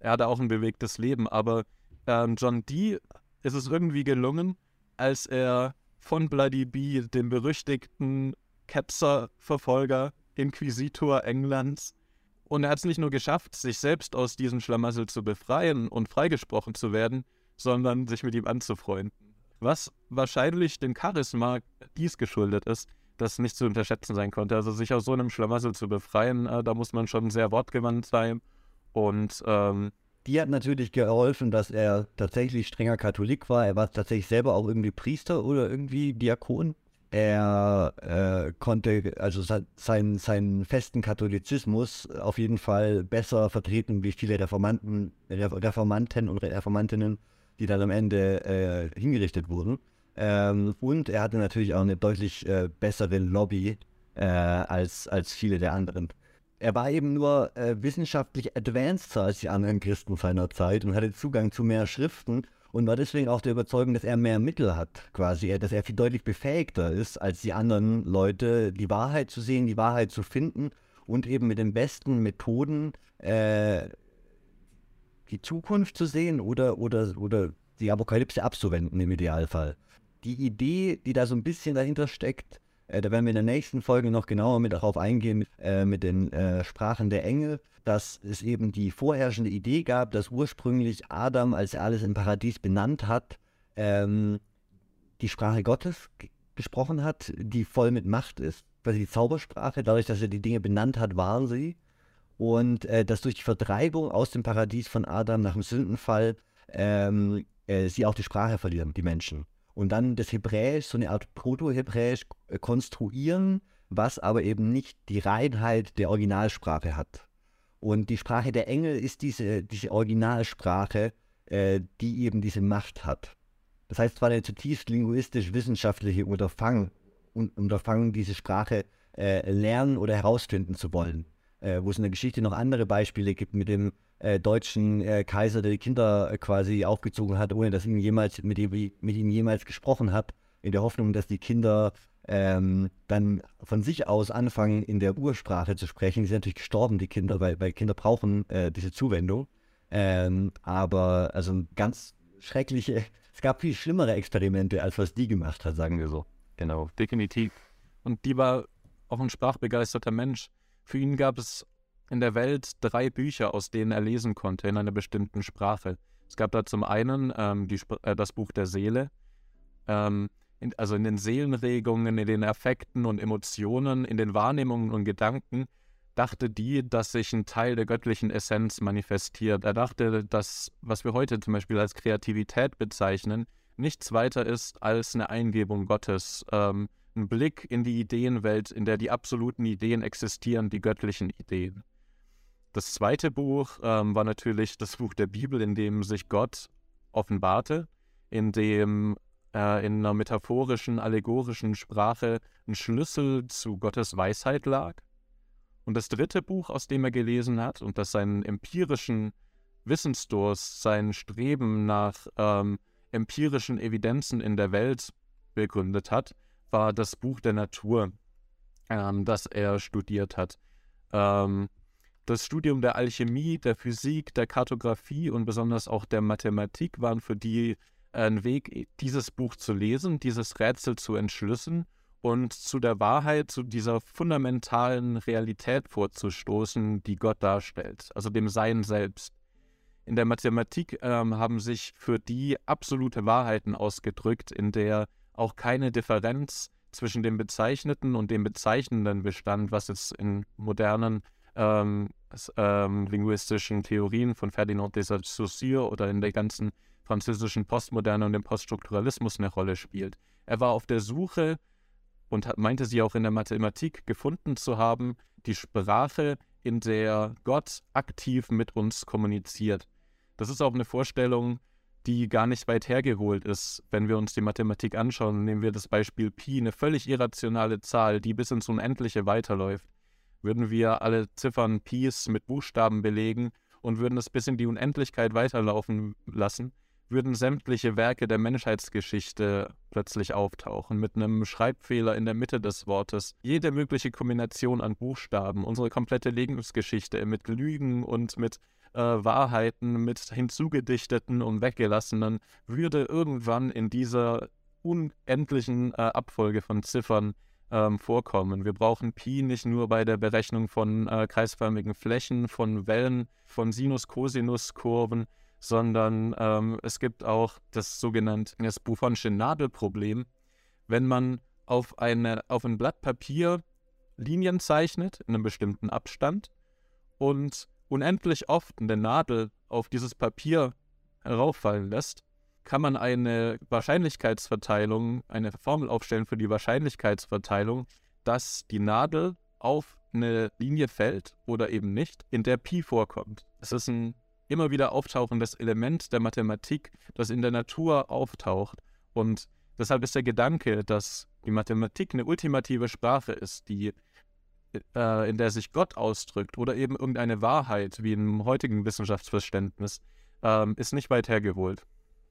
er hatte auch ein bewegtes Leben, aber ähm, John Dee ist es irgendwie gelungen, als er von Bloody Bee, dem berüchtigten Ketzer-Verfolger, Inquisitor Englands, und er hat es nicht nur geschafft, sich selbst aus diesem Schlamassel zu befreien und freigesprochen zu werden, sondern sich mit ihm anzufreunden. Was wahrscheinlich dem Charisma dies geschuldet ist, das nicht zu unterschätzen sein konnte. Also sich aus so einem Schlamassel zu befreien, äh, da muss man schon sehr wortgewandt sein. Und ähm, die hat natürlich geholfen, dass er tatsächlich strenger Katholik war. Er war tatsächlich selber auch irgendwie Priester oder irgendwie Diakon. Er äh, konnte also seinen, seinen festen Katholizismus auf jeden Fall besser vertreten wie viele Reformanten, Reformanten und Reformantinnen, die dann am Ende äh, hingerichtet wurden. Ähm, und er hatte natürlich auch eine deutlich äh, bessere Lobby äh, als, als viele der anderen. Er war eben nur äh, wissenschaftlich advanceder als die anderen Christen seiner Zeit und hatte Zugang zu mehr Schriften und war deswegen auch der Überzeugung, dass er mehr Mittel hat, quasi, dass er viel deutlich befähigter ist als die anderen Leute, die Wahrheit zu sehen, die Wahrheit zu finden und eben mit den besten Methoden äh, die Zukunft zu sehen oder, oder, oder die Apokalypse abzuwenden im Idealfall. Die Idee, die da so ein bisschen dahinter steckt, äh, da werden wir in der nächsten Folge noch genauer mit darauf eingehen, mit, äh, mit den äh, Sprachen der Engel, dass es eben die vorherrschende Idee gab, dass ursprünglich Adam, als er alles im Paradies benannt hat, ähm, die Sprache Gottes g- gesprochen hat, die voll mit Macht ist. Also die Zaubersprache, dadurch, dass er die Dinge benannt hat, waren sie. Und äh, dass durch die Vertreibung aus dem Paradies von Adam nach dem Sündenfall ähm, äh, sie auch die Sprache verlieren, die Menschen. Und dann das Hebräisch, so eine Art Proto-Hebräisch äh, konstruieren, was aber eben nicht die Reinheit der Originalsprache hat. Und die Sprache der Engel ist diese, diese Originalsprache, äh, die eben diese Macht hat. Das heißt, es war eine zutiefst linguistisch-wissenschaftliche Unterfangen, Unterfangen, diese Sprache äh, lernen oder herausfinden zu wollen. Äh, wo es in der Geschichte noch andere Beispiele gibt mit dem äh, deutschen äh, Kaiser, der die Kinder äh, quasi aufgezogen hat, ohne dass ihn jemals mit ihm, mit ihm jemals gesprochen hat, in der Hoffnung, dass die Kinder ähm, dann von sich aus anfangen, in der Ursprache zu sprechen. Die sind natürlich gestorben, die Kinder, weil, weil Kinder brauchen äh, diese Zuwendung. Ähm, aber also ganz schreckliche, es gab viel schlimmere Experimente, als was die gemacht hat, sagen wir so. Genau, definitiv. Und die war auch ein sprachbegeisterter Mensch. Für ihn gab es in der Welt drei Bücher, aus denen er lesen konnte in einer bestimmten Sprache. Es gab da zum einen ähm, die, äh, das Buch der Seele, ähm, in, also in den Seelenregungen, in den Affekten und Emotionen, in den Wahrnehmungen und Gedanken, dachte die, dass sich ein Teil der göttlichen Essenz manifestiert. Er dachte, dass, was wir heute zum Beispiel als Kreativität bezeichnen, nichts weiter ist als eine Eingebung Gottes, ähm, ein Blick in die Ideenwelt, in der die absoluten Ideen existieren, die göttlichen Ideen. Das zweite Buch ähm, war natürlich das Buch der Bibel, in dem sich Gott offenbarte, in dem äh, in einer metaphorischen, allegorischen Sprache ein Schlüssel zu Gottes Weisheit lag. Und das dritte Buch, aus dem er gelesen hat und das seinen empirischen Wissensdurst, sein Streben nach ähm, empirischen Evidenzen in der Welt begründet hat, war das Buch der Natur, ähm, das er studiert hat. Ähm, das Studium der Alchemie, der Physik, der Kartografie und besonders auch der Mathematik waren für die ein Weg, dieses Buch zu lesen, dieses Rätsel zu entschlüssen und zu der Wahrheit, zu dieser fundamentalen Realität vorzustoßen, die Gott darstellt, also dem Sein selbst. In der Mathematik ähm, haben sich für die absolute Wahrheiten ausgedrückt, in der auch keine Differenz zwischen dem Bezeichneten und dem Bezeichnenden bestand, was jetzt in modernen ähm, ähm, linguistischen Theorien von Ferdinand de Saussure oder in der ganzen französischen Postmoderne und dem Poststrukturalismus eine Rolle spielt. Er war auf der Suche und hat, meinte sie auch in der Mathematik gefunden zu haben, die Sprache, in der Gott aktiv mit uns kommuniziert. Das ist auch eine Vorstellung, die gar nicht weit hergeholt ist. Wenn wir uns die Mathematik anschauen, nehmen wir das Beispiel Pi, eine völlig irrationale Zahl, die bis ins Unendliche weiterläuft. Würden wir alle Ziffern Pis mit Buchstaben belegen und würden es bis in die Unendlichkeit weiterlaufen lassen, würden sämtliche Werke der Menschheitsgeschichte plötzlich auftauchen, mit einem Schreibfehler in der Mitte des Wortes. Jede mögliche Kombination an Buchstaben, unsere komplette Lebensgeschichte mit Lügen und mit äh, Wahrheiten, mit hinzugedichteten und weggelassenen, würde irgendwann in dieser unendlichen äh, Abfolge von Ziffern ähm, vorkommen. Wir brauchen Pi nicht nur bei der Berechnung von äh, kreisförmigen Flächen, von Wellen, von Sinus-Cosinus-Kurven, sondern ähm, es gibt auch das sogenannte das Buffon'sche Nadelproblem. Wenn man auf, eine, auf ein Blatt Papier Linien zeichnet in einem bestimmten Abstand und unendlich oft eine Nadel auf dieses Papier herauffallen lässt, kann man eine Wahrscheinlichkeitsverteilung, eine Formel aufstellen für die Wahrscheinlichkeitsverteilung, dass die Nadel auf eine Linie fällt oder eben nicht, in der Pi vorkommt. Es ist ein immer wieder auftauchendes Element der Mathematik, das in der Natur auftaucht. Und deshalb ist der Gedanke, dass die Mathematik eine ultimative Sprache ist, die, äh, in der sich Gott ausdrückt oder eben irgendeine Wahrheit, wie im heutigen Wissenschaftsverständnis, ähm, ist nicht weit hergeholt.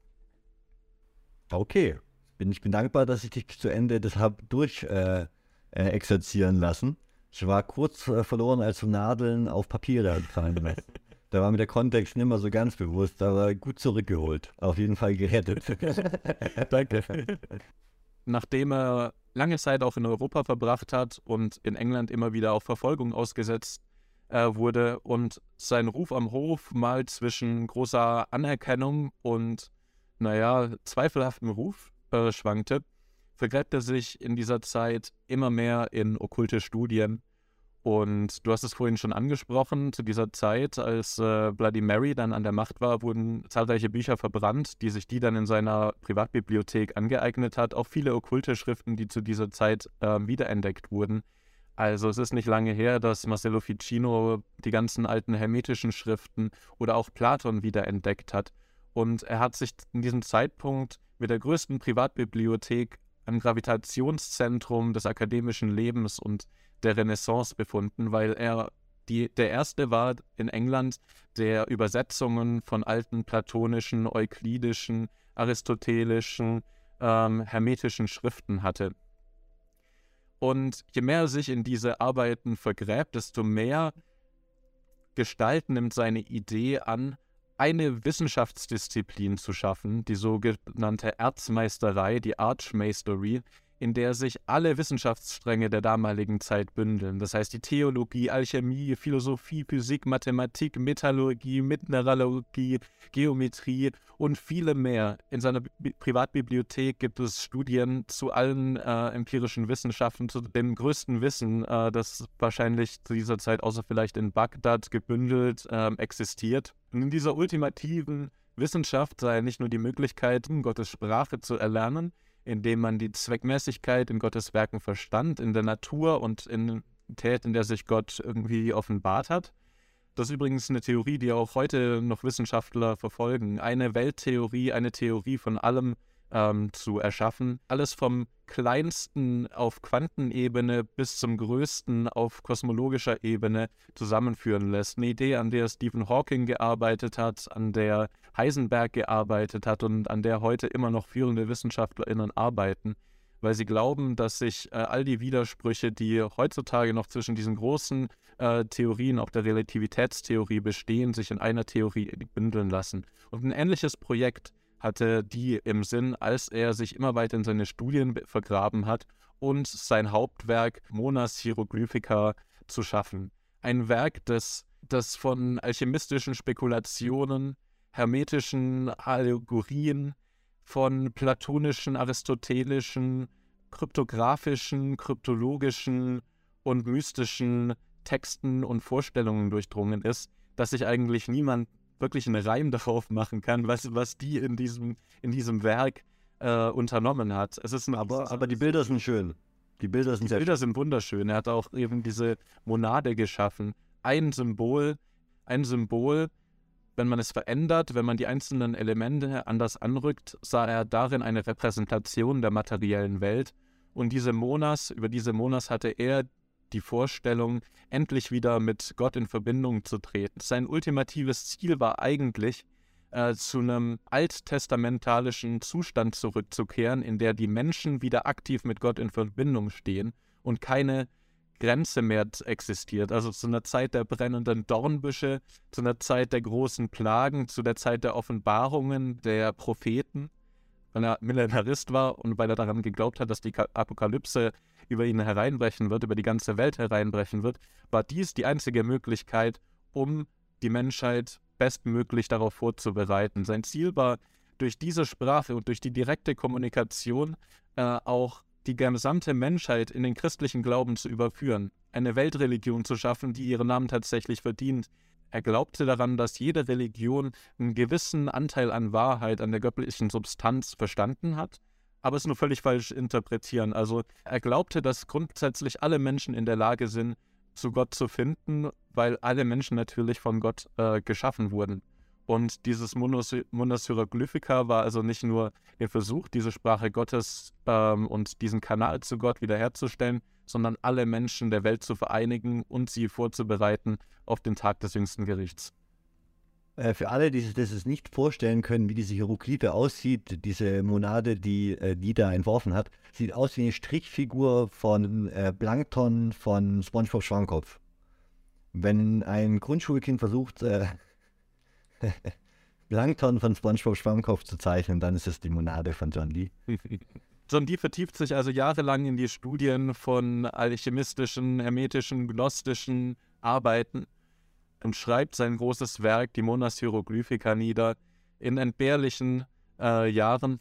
Okay, bin, ich bin dankbar, dass ich dich zu Ende das habe durch äh, äh, exerzieren lassen. Ich war kurz äh, verloren, als du Nadeln auf Papier fallen lässt. Da war mir der Kontext nicht mehr so ganz bewusst, aber gut zurückgeholt. Auf jeden Fall gerettet. Danke. Nachdem er lange Zeit auch in Europa verbracht hat und in England immer wieder auf Verfolgung ausgesetzt äh, wurde und sein Ruf am Hof mal zwischen großer Anerkennung und, naja, zweifelhaftem Ruf äh, schwankte, vergräbt er sich in dieser Zeit immer mehr in okkulte Studien. Und du hast es vorhin schon angesprochen, zu dieser Zeit, als äh, Bloody Mary dann an der Macht war, wurden zahlreiche Bücher verbrannt, die sich die dann in seiner Privatbibliothek angeeignet hat. Auch viele okkulte Schriften, die zu dieser Zeit äh, wiederentdeckt wurden. Also es ist nicht lange her, dass Marcello Ficino die ganzen alten hermetischen Schriften oder auch Platon wiederentdeckt hat. Und er hat sich in diesem Zeitpunkt mit der größten Privatbibliothek am Gravitationszentrum des akademischen Lebens und der Renaissance befunden, weil er die, der Erste war in England, der Übersetzungen von alten platonischen, euklidischen, aristotelischen, ähm, hermetischen Schriften hatte. Und je mehr er sich in diese Arbeiten vergräbt, desto mehr Gestalt nimmt seine Idee an, eine Wissenschaftsdisziplin zu schaffen, die sogenannte Erzmeisterei, die Archmastery, in der sich alle Wissenschaftsstränge der damaligen Zeit bündeln. Das heißt die Theologie, Alchemie, Philosophie, Physik, Mathematik, Metallurgie, Mineralogie, Geometrie und viele mehr. In seiner Bi- Privatbibliothek gibt es Studien zu allen äh, empirischen Wissenschaften, zu dem größten Wissen, äh, das wahrscheinlich zu dieser Zeit, außer vielleicht in Bagdad, gebündelt äh, existiert. Und in dieser ultimativen Wissenschaft sei nicht nur die Möglichkeit, Gottes Sprache zu erlernen, indem man die Zweckmäßigkeit in Gottes Werken verstand, in der Natur und in der Welt, in der sich Gott irgendwie offenbart hat. Das ist übrigens eine Theorie, die auch heute noch Wissenschaftler verfolgen. Eine Welttheorie, eine Theorie von allem ähm, zu erschaffen. Alles vom Kleinsten auf Quantenebene bis zum Größten auf kosmologischer Ebene zusammenführen lässt. Eine Idee, an der Stephen Hawking gearbeitet hat, an der Heisenberg gearbeitet hat und an der heute immer noch führende WissenschaftlerInnen arbeiten, weil sie glauben, dass sich äh, all die Widersprüche, die heutzutage noch zwischen diesen großen äh, Theorien, auch der Relativitätstheorie bestehen, sich in einer Theorie bündeln lassen. Und ein ähnliches Projekt hatte die im Sinn, als er sich immer weiter in seine Studien vergraben hat und sein Hauptwerk Monas Hieroglyphica zu schaffen. Ein Werk, das, das von alchemistischen Spekulationen, hermetischen Allegorien, von platonischen, aristotelischen, kryptographischen, kryptologischen und mystischen Texten und Vorstellungen durchdrungen ist, dass sich eigentlich niemand wirklich einen Reim darauf machen kann, was, was die in diesem, in diesem Werk äh, unternommen hat. Es ist ein, aber, aber die Bilder sind schön. Die Bilder sind die sehr Bilder sind wunderschön. Er hat auch eben diese Monade geschaffen. Ein Symbol, ein Symbol, wenn man es verändert, wenn man die einzelnen Elemente anders anrückt, sah er darin eine Repräsentation der materiellen Welt. Und diese Monas, über diese Monas hatte er die Vorstellung, endlich wieder mit Gott in Verbindung zu treten. Sein ultimatives Ziel war eigentlich, äh, zu einem alttestamentalischen Zustand zurückzukehren, in der die Menschen wieder aktiv mit Gott in Verbindung stehen und keine Grenze mehr existiert. Also zu einer Zeit der brennenden Dornbüsche, zu einer Zeit der großen Plagen, zu der Zeit der Offenbarungen der Propheten, weil er Millenarist war und weil er daran geglaubt hat, dass die Apokalypse über ihn hereinbrechen wird, über die ganze Welt hereinbrechen wird, war dies die einzige Möglichkeit, um die Menschheit bestmöglich darauf vorzubereiten. Sein Ziel war, durch diese Sprache und durch die direkte Kommunikation äh, auch die gesamte Menschheit in den christlichen Glauben zu überführen, eine Weltreligion zu schaffen, die ihren Namen tatsächlich verdient. Er glaubte daran, dass jede Religion einen gewissen Anteil an Wahrheit, an der göttlichen Substanz verstanden hat, aber es nur völlig falsch interpretieren. Also er glaubte, dass grundsätzlich alle Menschen in der Lage sind, zu Gott zu finden, weil alle Menschen natürlich von Gott äh, geschaffen wurden. Und dieses Munus, Munus Hieroglyphica war also nicht nur der Versuch, diese Sprache Gottes ähm, und diesen Kanal zu Gott wiederherzustellen, sondern alle Menschen der Welt zu vereinigen und sie vorzubereiten auf den Tag des jüngsten Gerichts. Äh, für alle, die sich das nicht vorstellen können, wie diese Hieroglyphe aussieht, diese Monade, die äh, die da entworfen hat, sieht aus wie eine Strichfigur von äh, Plankton von SpongeBob Schwammkopf. Wenn ein Grundschulkind versucht, äh, Plankton von SpongeBob Schwammkopf zu zeichnen, dann ist es die Monade von John Dee. John Dee vertieft sich also jahrelang in die Studien von alchemistischen, hermetischen, gnostischen Arbeiten und schreibt sein großes Werk, die Munus Hieroglyphica, nieder, in entbehrlichen äh, Jahren.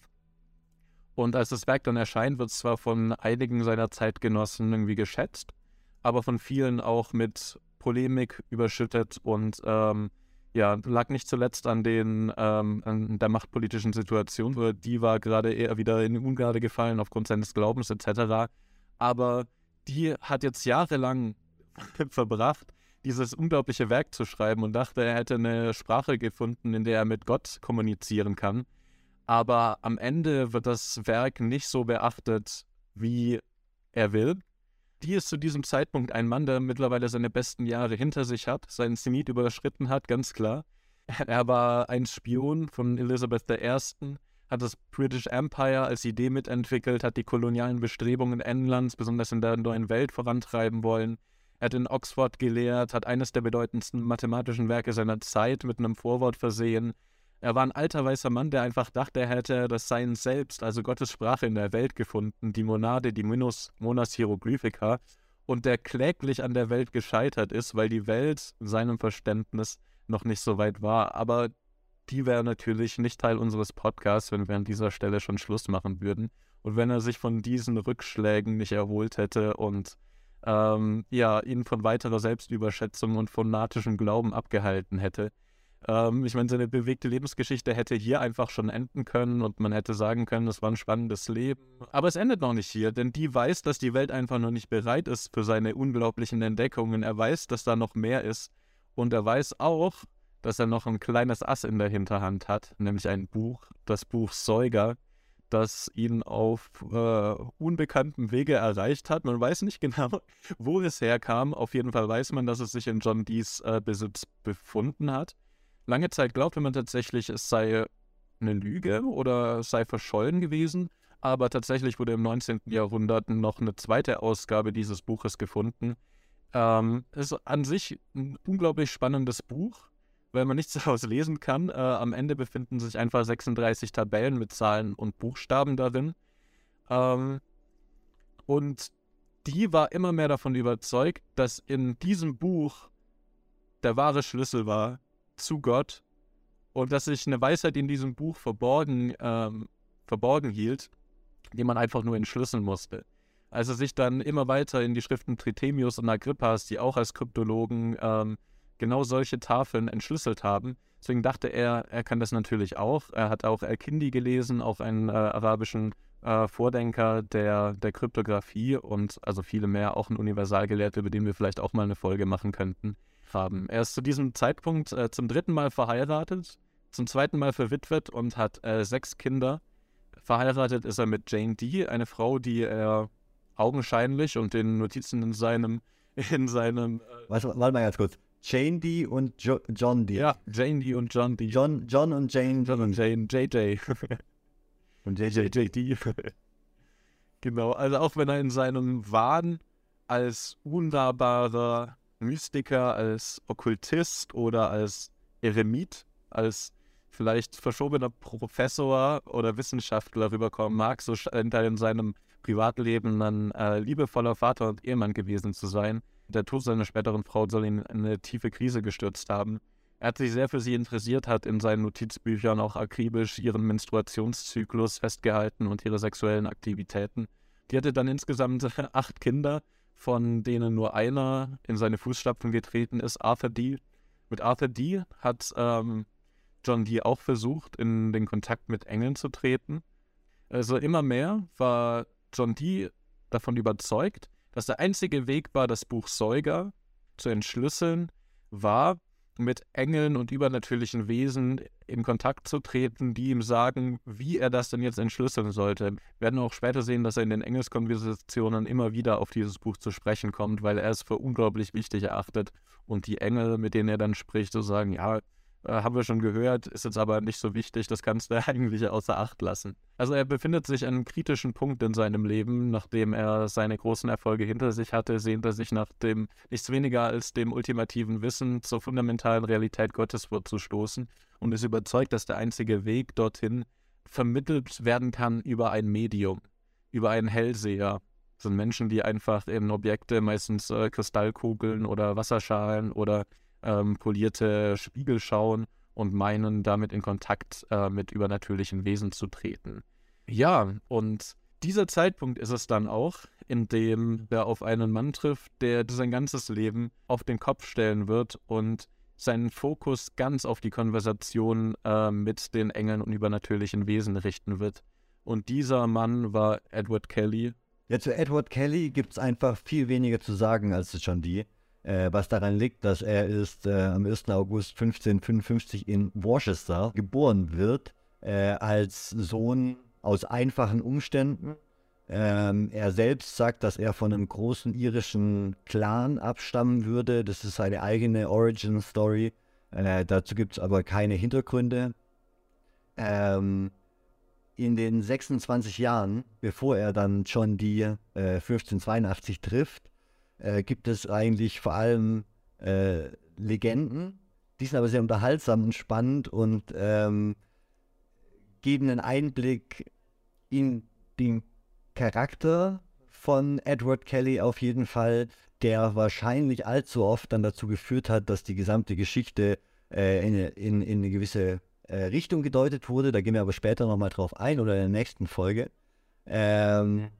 Und als das Werk dann erscheint, wird es zwar von einigen seiner Zeitgenossen irgendwie geschätzt, aber von vielen auch mit Polemik überschüttet und ähm, ja, lag nicht zuletzt an, den, ähm, an der machtpolitischen Situation. Die war gerade eher wieder in Ungnade gefallen aufgrund seines Glaubens et cetera. Aber die hat jetzt jahrelang verbracht, dieses unglaubliche Werk zu schreiben und dachte, er hätte eine Sprache gefunden, in der er mit Gott kommunizieren kann. Aber am Ende wird das Werk nicht so beachtet, wie er will. Die ist zu diesem Zeitpunkt ein Mann, der mittlerweile seine besten Jahre hinter sich hat, seinen Zenit überschritten hat, ganz klar. Er war ein Spion von Elisabeth der Ersten, hat das British Empire als Idee mitentwickelt, hat die kolonialen Bestrebungen Englands, besonders in der neuen Welt, vorantreiben wollen. Er hat in Oxford gelehrt, hat eines der bedeutendsten mathematischen Werke seiner Zeit mit einem Vorwort versehen. Er war ein alter weißer Mann, der einfach dachte, er hätte das Sein selbst, also Gottes Sprache in der Welt gefunden, die Monade, die Munus, Munus Hieroglyphica, und der kläglich an der Welt gescheitert ist, weil die Welt in seinem Verständnis noch nicht so weit war. Aber die wäre natürlich nicht Teil unseres Podcasts, wenn wir an dieser Stelle schon Schluss machen würden. Und wenn er sich von diesen Rückschlägen nicht erholt hätte und ähm, ja, ihn von weiterer Selbstüberschätzung und fanatischem Glauben abgehalten hätte. Ähm, ich meine, seine bewegte Lebensgeschichte hätte hier einfach schon enden können und man hätte sagen können, es war ein spannendes Leben. Aber es endet noch nicht hier, denn die weiß, dass die Welt einfach noch nicht bereit ist für seine unglaublichen Entdeckungen. Er weiß, dass da noch mehr ist und er weiß auch, dass er noch ein kleines Ass in der Hinterhand hat, nämlich ein Buch, das Buch Säuger, das ihn auf äh, unbekanntem Wege erreicht hat. Man weiß nicht genau, wo es herkam. Auf jeden Fall weiß man, dass es sich in John Dees äh, Besitz befunden hat. Lange Zeit glaubte man tatsächlich, es sei eine Lüge oder es sei verschollen gewesen, aber tatsächlich wurde im neunzehnten Jahrhundert noch eine zweite Ausgabe dieses Buches gefunden. Ähm, es ist an sich ein unglaublich spannendes Buch, weil man nichts daraus lesen kann. Äh, am Ende befinden sich einfach sechsunddreißig Tabellen mit Zahlen und Buchstaben darin. Ähm, und die war immer mehr davon überzeugt, dass in diesem Buch der wahre Schlüssel war zu Gott und dass sich eine Weisheit in diesem Buch verborgen, ähm, verborgen hielt, die man einfach nur entschlüsseln musste. Als er sich dann immer weiter in die Schriften Trithemius und Agrippas, die auch als Kryptologen ähm, genau solche Tafeln entschlüsselt haben, deswegen dachte er, er kann das natürlich auch. Er hat auch Al-Kindi gelesen, auch einen äh, arabischen äh, Vordenker der, der Kryptographie und also viele mehr, auch ein Universalgelehrter, über den wir vielleicht auch mal eine Folge machen könnten. Haben. Er ist zu diesem Zeitpunkt äh, zum dritten Mal verheiratet, zum zweiten Mal verwitwet und hat äh, sechs Kinder. Verheiratet ist er mit Jane Dee, eine Frau, die er augenscheinlich und den Notizen in seinem... In seinem äh warte, warte mal ganz kurz. Jane Dee und jo John Dee. Ja, Jane Dee und John Dee. John, John und Jane. John und Jane, J J. Und J J. J J D. Genau, also auch wenn er in seinem Wahn als unnahbarer Mystiker, als Okkultist oder als Eremit, als vielleicht verschobener Professor oder Wissenschaftler rüberkommen mag, so scheint er in seinem Privatleben ein äh, liebevoller Vater und Ehemann gewesen zu sein. Der Tod seiner späteren Frau soll ihn in eine tiefe Krise gestürzt haben. Er hat sich sehr für sie interessiert, hat in seinen Notizbüchern auch akribisch ihren Menstruationszyklus festgehalten und ihre sexuellen Aktivitäten. Die hatte dann insgesamt acht Kinder, von denen nur einer in seine Fußstapfen getreten ist, Arthur Dee. Mit Arthur Dee hat ähm, John Dee auch versucht, in den Kontakt mit Engeln zu treten. Also immer mehr war John Dee davon überzeugt, dass der einzige Weg war, das Buch Säuger zu entschlüsseln, war, mit Engeln und übernatürlichen Wesen in Kontakt zu treten, die ihm sagen, wie er das denn jetzt entschlüsseln sollte. Wir werden auch später sehen, dass er in den Engelskonversationen immer wieder auf dieses Buch zu sprechen kommt, weil er es für unglaublich wichtig erachtet und die Engel, mit denen er dann spricht, so sagen, ja, äh, haben wir schon gehört, ist jetzt aber nicht so wichtig, das kannst du eigentlich außer Acht lassen. Also er befindet sich an einem kritischen Punkt in seinem Leben, nachdem er seine großen Erfolge hinter sich hatte, sehnt er sich nach dem, nichts weniger als dem ultimativen Wissen zur fundamentalen Realität Gottes vorzustoßen und ist überzeugt, dass der einzige Weg dorthin vermittelt werden kann über ein Medium, über einen Hellseher. Das sind Menschen, die einfach in Objekte, meistens äh, Kristallkugeln oder Wasserschalen oder ähm, polierte Spiegel schauen und meinen, damit in Kontakt äh, mit übernatürlichen Wesen zu treten. Ja, und dieser Zeitpunkt ist es dann auch, in dem er auf einen Mann trifft, der sein ganzes Leben auf den Kopf stellen wird und seinen Fokus ganz auf die Konversation äh, mit den Engeln und übernatürlichen Wesen richten wird. Und dieser Mann war Edward Kelly. Ja, zu Edward Kelly gibt es einfach viel weniger zu sagen als zu John Dee. Äh, was daran liegt, dass er ist äh, am ersten August fünfzehnhundertfünfundfünfzig in Worcester geboren wird, äh, als Sohn aus einfachen Umständen. Ähm, er selbst sagt, dass er von einem großen irischen Clan abstammen würde. Das ist seine eigene Origin-Story. Äh, dazu gibt es aber keine Hintergründe. Ähm, in den sechsundzwanzig Jahren, bevor er dann John Dee äh, fünfzehnhundertzweiundachtzig trifft, äh, gibt es eigentlich vor allem äh, Legenden. Die sind aber sehr unterhaltsam und spannend und ähm, geben einen Einblick in den Charakter von Edward Kelly auf jeden Fall, der wahrscheinlich allzu oft dann dazu geführt hat, dass die gesamte Geschichte äh, in, in, in eine gewisse äh, Richtung gedeutet wurde. Da gehen wir aber später nochmal drauf ein oder in der nächsten Folge. Ähm,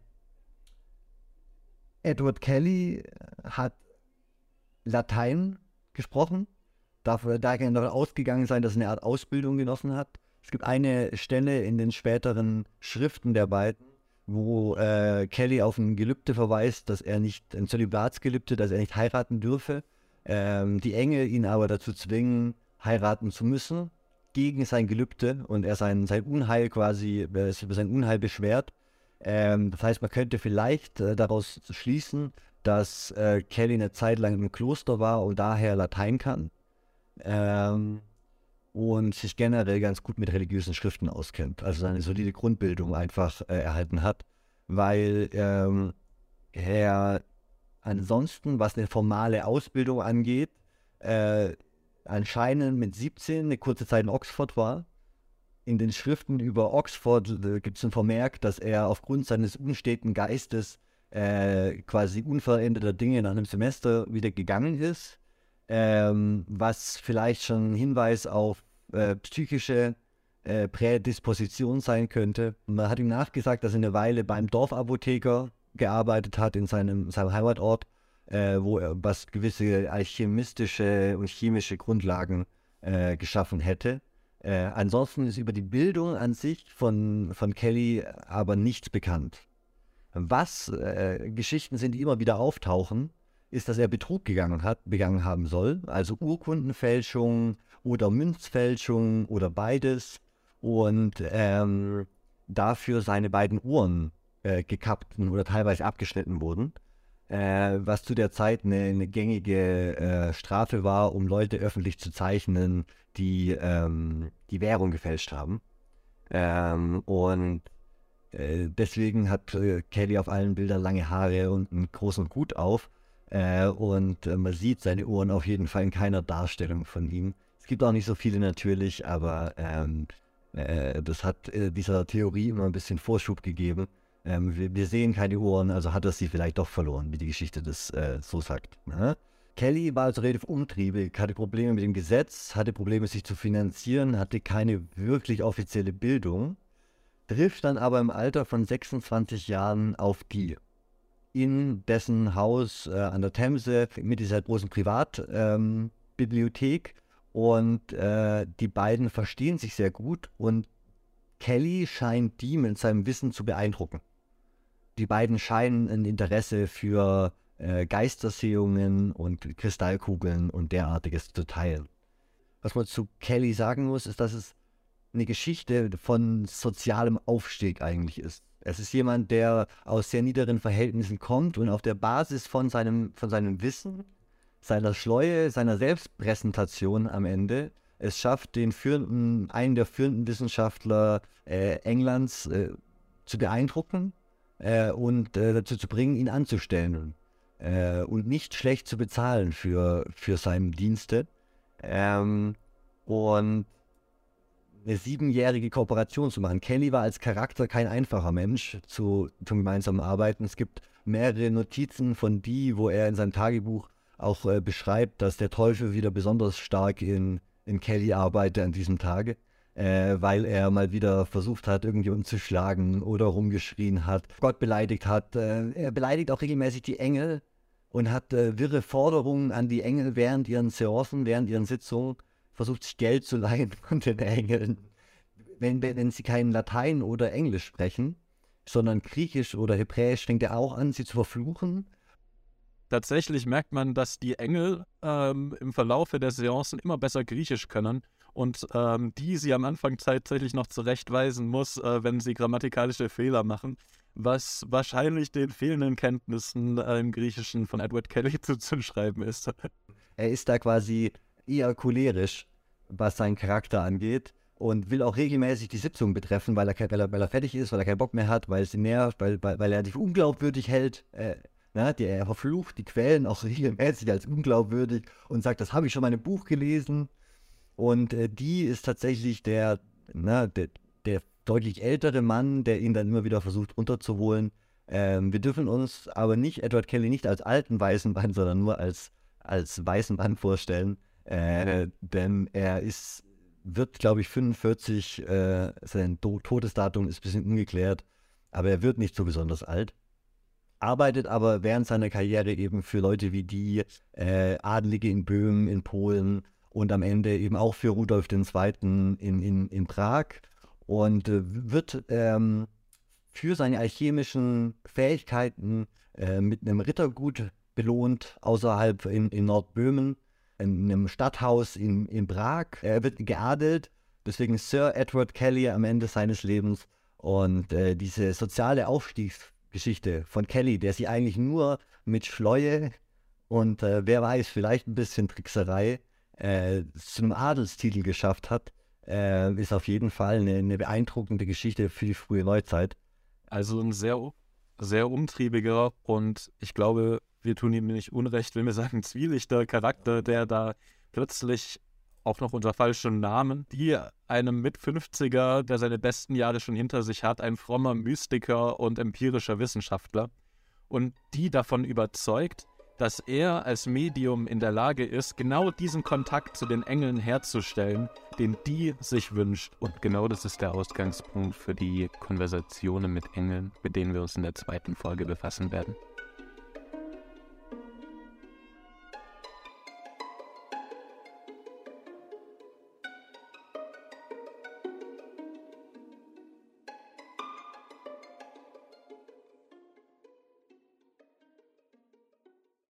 Edward Kelly hat Latein gesprochen, darf daher davon ausgegangen sein, dass er eine Art Ausbildung genossen hat. Es gibt eine Stelle in den späteren Schriften der beiden, wo äh, Kelly auf ein Gelübde verweist, dass er nicht, ein Zölibatsgelübde, dass er nicht heiraten dürfe. Ähm, die Engel ihn aber dazu zwingen, heiraten zu müssen, gegen sein Gelübde und er sein, sein Unheil quasi, äh, sein Unheil beschwert. Ähm, das heißt, man könnte vielleicht äh, daraus schließen, dass äh, Kelly eine Zeit lang im Kloster war und daher Latein kann. Ähm, und sich generell ganz gut mit religiösen Schriften auskennt, also eine solide Grundbildung einfach äh, erhalten hat, weil ähm, er ansonsten, was eine formale Ausbildung angeht, äh, anscheinend mit siebzehn eine kurze Zeit in Oxford war. In den Schriften über Oxford äh, gibt es ein Vermerk, dass er aufgrund seines unsteten Geistes äh, quasi unveränderter Dinge nach einem Semester wieder gegangen ist. Ähm, was vielleicht schon ein Hinweis auf äh, psychische äh, Prädisposition sein könnte. Man hat ihm nachgesagt, dass er eine Weile beim Dorfapotheker gearbeitet hat in seinem, seinem Heimatort, äh, wo er was gewisse alchemistische und chemische Grundlagen äh, geschaffen hätte. Äh, ansonsten ist über die Bildung an sich von, von Kelly aber nichts bekannt. Was äh, Geschichten sind, die immer wieder auftauchen, ist, dass er Betrug gegangen hat, begangen haben soll, also Urkundenfälschung oder Münzfälschung oder beides und ähm, dafür seine beiden Ohren äh, gekappt oder teilweise abgeschnitten wurden. äh, was zu der Zeit eine, eine gängige äh, Strafe war, um Leute öffentlich zu zeichnen, die ähm, die Währung gefälscht haben. Ähm, und äh, deswegen hat äh, Kelly auf allen Bildern lange Haare und einen großen Hut auf. Äh, und äh, man sieht seine Ohren auf jeden Fall in keiner Darstellung von ihm. Es gibt auch nicht so viele natürlich, aber ähm, äh, das hat äh, dieser Theorie immer ein bisschen Vorschub gegeben. Ähm, wir, wir sehen keine Ohren, also hat er sie vielleicht doch verloren, wie die Geschichte das äh, so sagt. Ne? Kelly war also relativ umtriebig, hatte Probleme mit dem Gesetz, hatte Probleme, sich zu finanzieren, hatte keine wirklich offizielle Bildung, trifft dann aber im Alter von sechsundzwanzig Jahren auf Dee in dessen Haus äh, an der Themse mit dieser großen Privatbibliothek ähm, und äh, die beiden verstehen sich sehr gut und Kelly scheint Dee mit seinem Wissen zu beeindrucken. Die beiden scheinen ein Interesse für äh, Geistersehungen und Kristallkugeln und derartiges zu teilen. Was man zu Kelly sagen muss, ist, dass es eine Geschichte von sozialem Aufstieg eigentlich ist. Es ist jemand, der aus sehr niederen Verhältnissen kommt und auf der Basis von seinem, von seinem Wissen, seiner Schleue, seiner Selbstpräsentation am Ende es schafft, den führenden, einen der führenden Wissenschaftler äh, Englands äh, zu beeindrucken äh, und äh, dazu zu bringen, ihn anzustellen äh, und nicht schlecht zu bezahlen für, für seine Dienste. Ähm, und eine siebenjährige Kooperation zu machen. Kelly war als Charakter kein einfacher Mensch zu, zum gemeinsamen Arbeiten. Es gibt mehrere Notizen von Dee, wo er in seinem Tagebuch auch äh, beschreibt, dass der Teufel wieder besonders stark in, in Kelly arbeitet an diesem Tage, äh, weil er mal wieder versucht hat, irgendjemanden zu schlagen oder rumgeschrien hat, Gott beleidigt hat. Äh, er beleidigt auch regelmäßig die Engel und hat äh, wirre Forderungen an die Engel während ihren Seancen, während ihren Sitzungen, versucht sich Geld zu leihen von den Engeln, wenn, wenn sie kein Latein oder Englisch sprechen, sondern Griechisch oder Hebräisch, fängt er auch an, sie zu verfluchen. Tatsächlich merkt man, dass die Engel ähm, im Verlaufe der Seancen immer besser Griechisch können und ähm, die sie am Anfang tatsächlich noch zurechtweisen muss, äh, wenn sie grammatikalische Fehler machen, was wahrscheinlich den fehlenden Kenntnissen äh, im Griechischen von Edward Kelly zuzuschreiben ist. Er ist da quasi eher cholerisch, was seinen Charakter angeht und will auch regelmäßig die Sitzung betreffen, weil er, weil er, weil er fertig ist, weil er keinen Bock mehr hat, weil es ihn nervt, weil, weil, weil er die für unglaubwürdig hält. Äh, na, die, er verflucht die Quellen auch regelmäßig als unglaubwürdig und sagt, das habe ich schon mal in einem Buch gelesen. Und äh, die ist tatsächlich der, na, der, der deutlich ältere Mann, der ihn dann immer wieder versucht runterzuholen. Ähm, wir dürfen uns aber nicht Edward Kelly nicht als alten weißen Mann, sondern nur als, als weißen Mann vorstellen. Äh, denn er ist, wird, glaube ich, fünfundvierzig, äh, sein Do- Todesdatum ist ein bisschen ungeklärt, aber er wird nicht so besonders alt. Arbeitet aber während seiner Karriere eben für Leute wie die äh, Adelige in Böhmen, in Polen und am Ende eben auch für Rudolf der Zweite. in, in, in Prag und äh, wird ähm, für seine alchemischen Fähigkeiten äh, mit einem Rittergut belohnt, außerhalb in, in Nordböhmen, in einem Stadthaus in, in Prag. Er wird geadelt, deswegen Sir Edward Kelly am Ende seines Lebens. Und äh, diese soziale Aufstiegsgeschichte von Kelly, der sie eigentlich nur mit Schleue und äh, wer weiß, vielleicht ein bisschen Trickserei äh, zu einem Adelstitel geschafft hat, äh, ist auf jeden Fall eine, eine beeindruckende Geschichte für die frühe Neuzeit. Also ein sehr, sehr umtriebiger und ich glaube, wir tun ihm nicht unrecht, wenn wir sagen, zwielichter Charakter, der da plötzlich auch noch unter falschem Namen, die einem Mit-fünfziger, der seine besten Jahre schon hinter sich hat, ein frommer Mystiker und empirischer Wissenschaftler und die davon überzeugt, dass er als Medium in der Lage ist, genau diesen Kontakt zu den Engeln herzustellen, den die sich wünscht. Und genau das ist der Ausgangspunkt für die Konversationen mit Engeln, mit denen wir uns in der zweiten Folge befassen werden.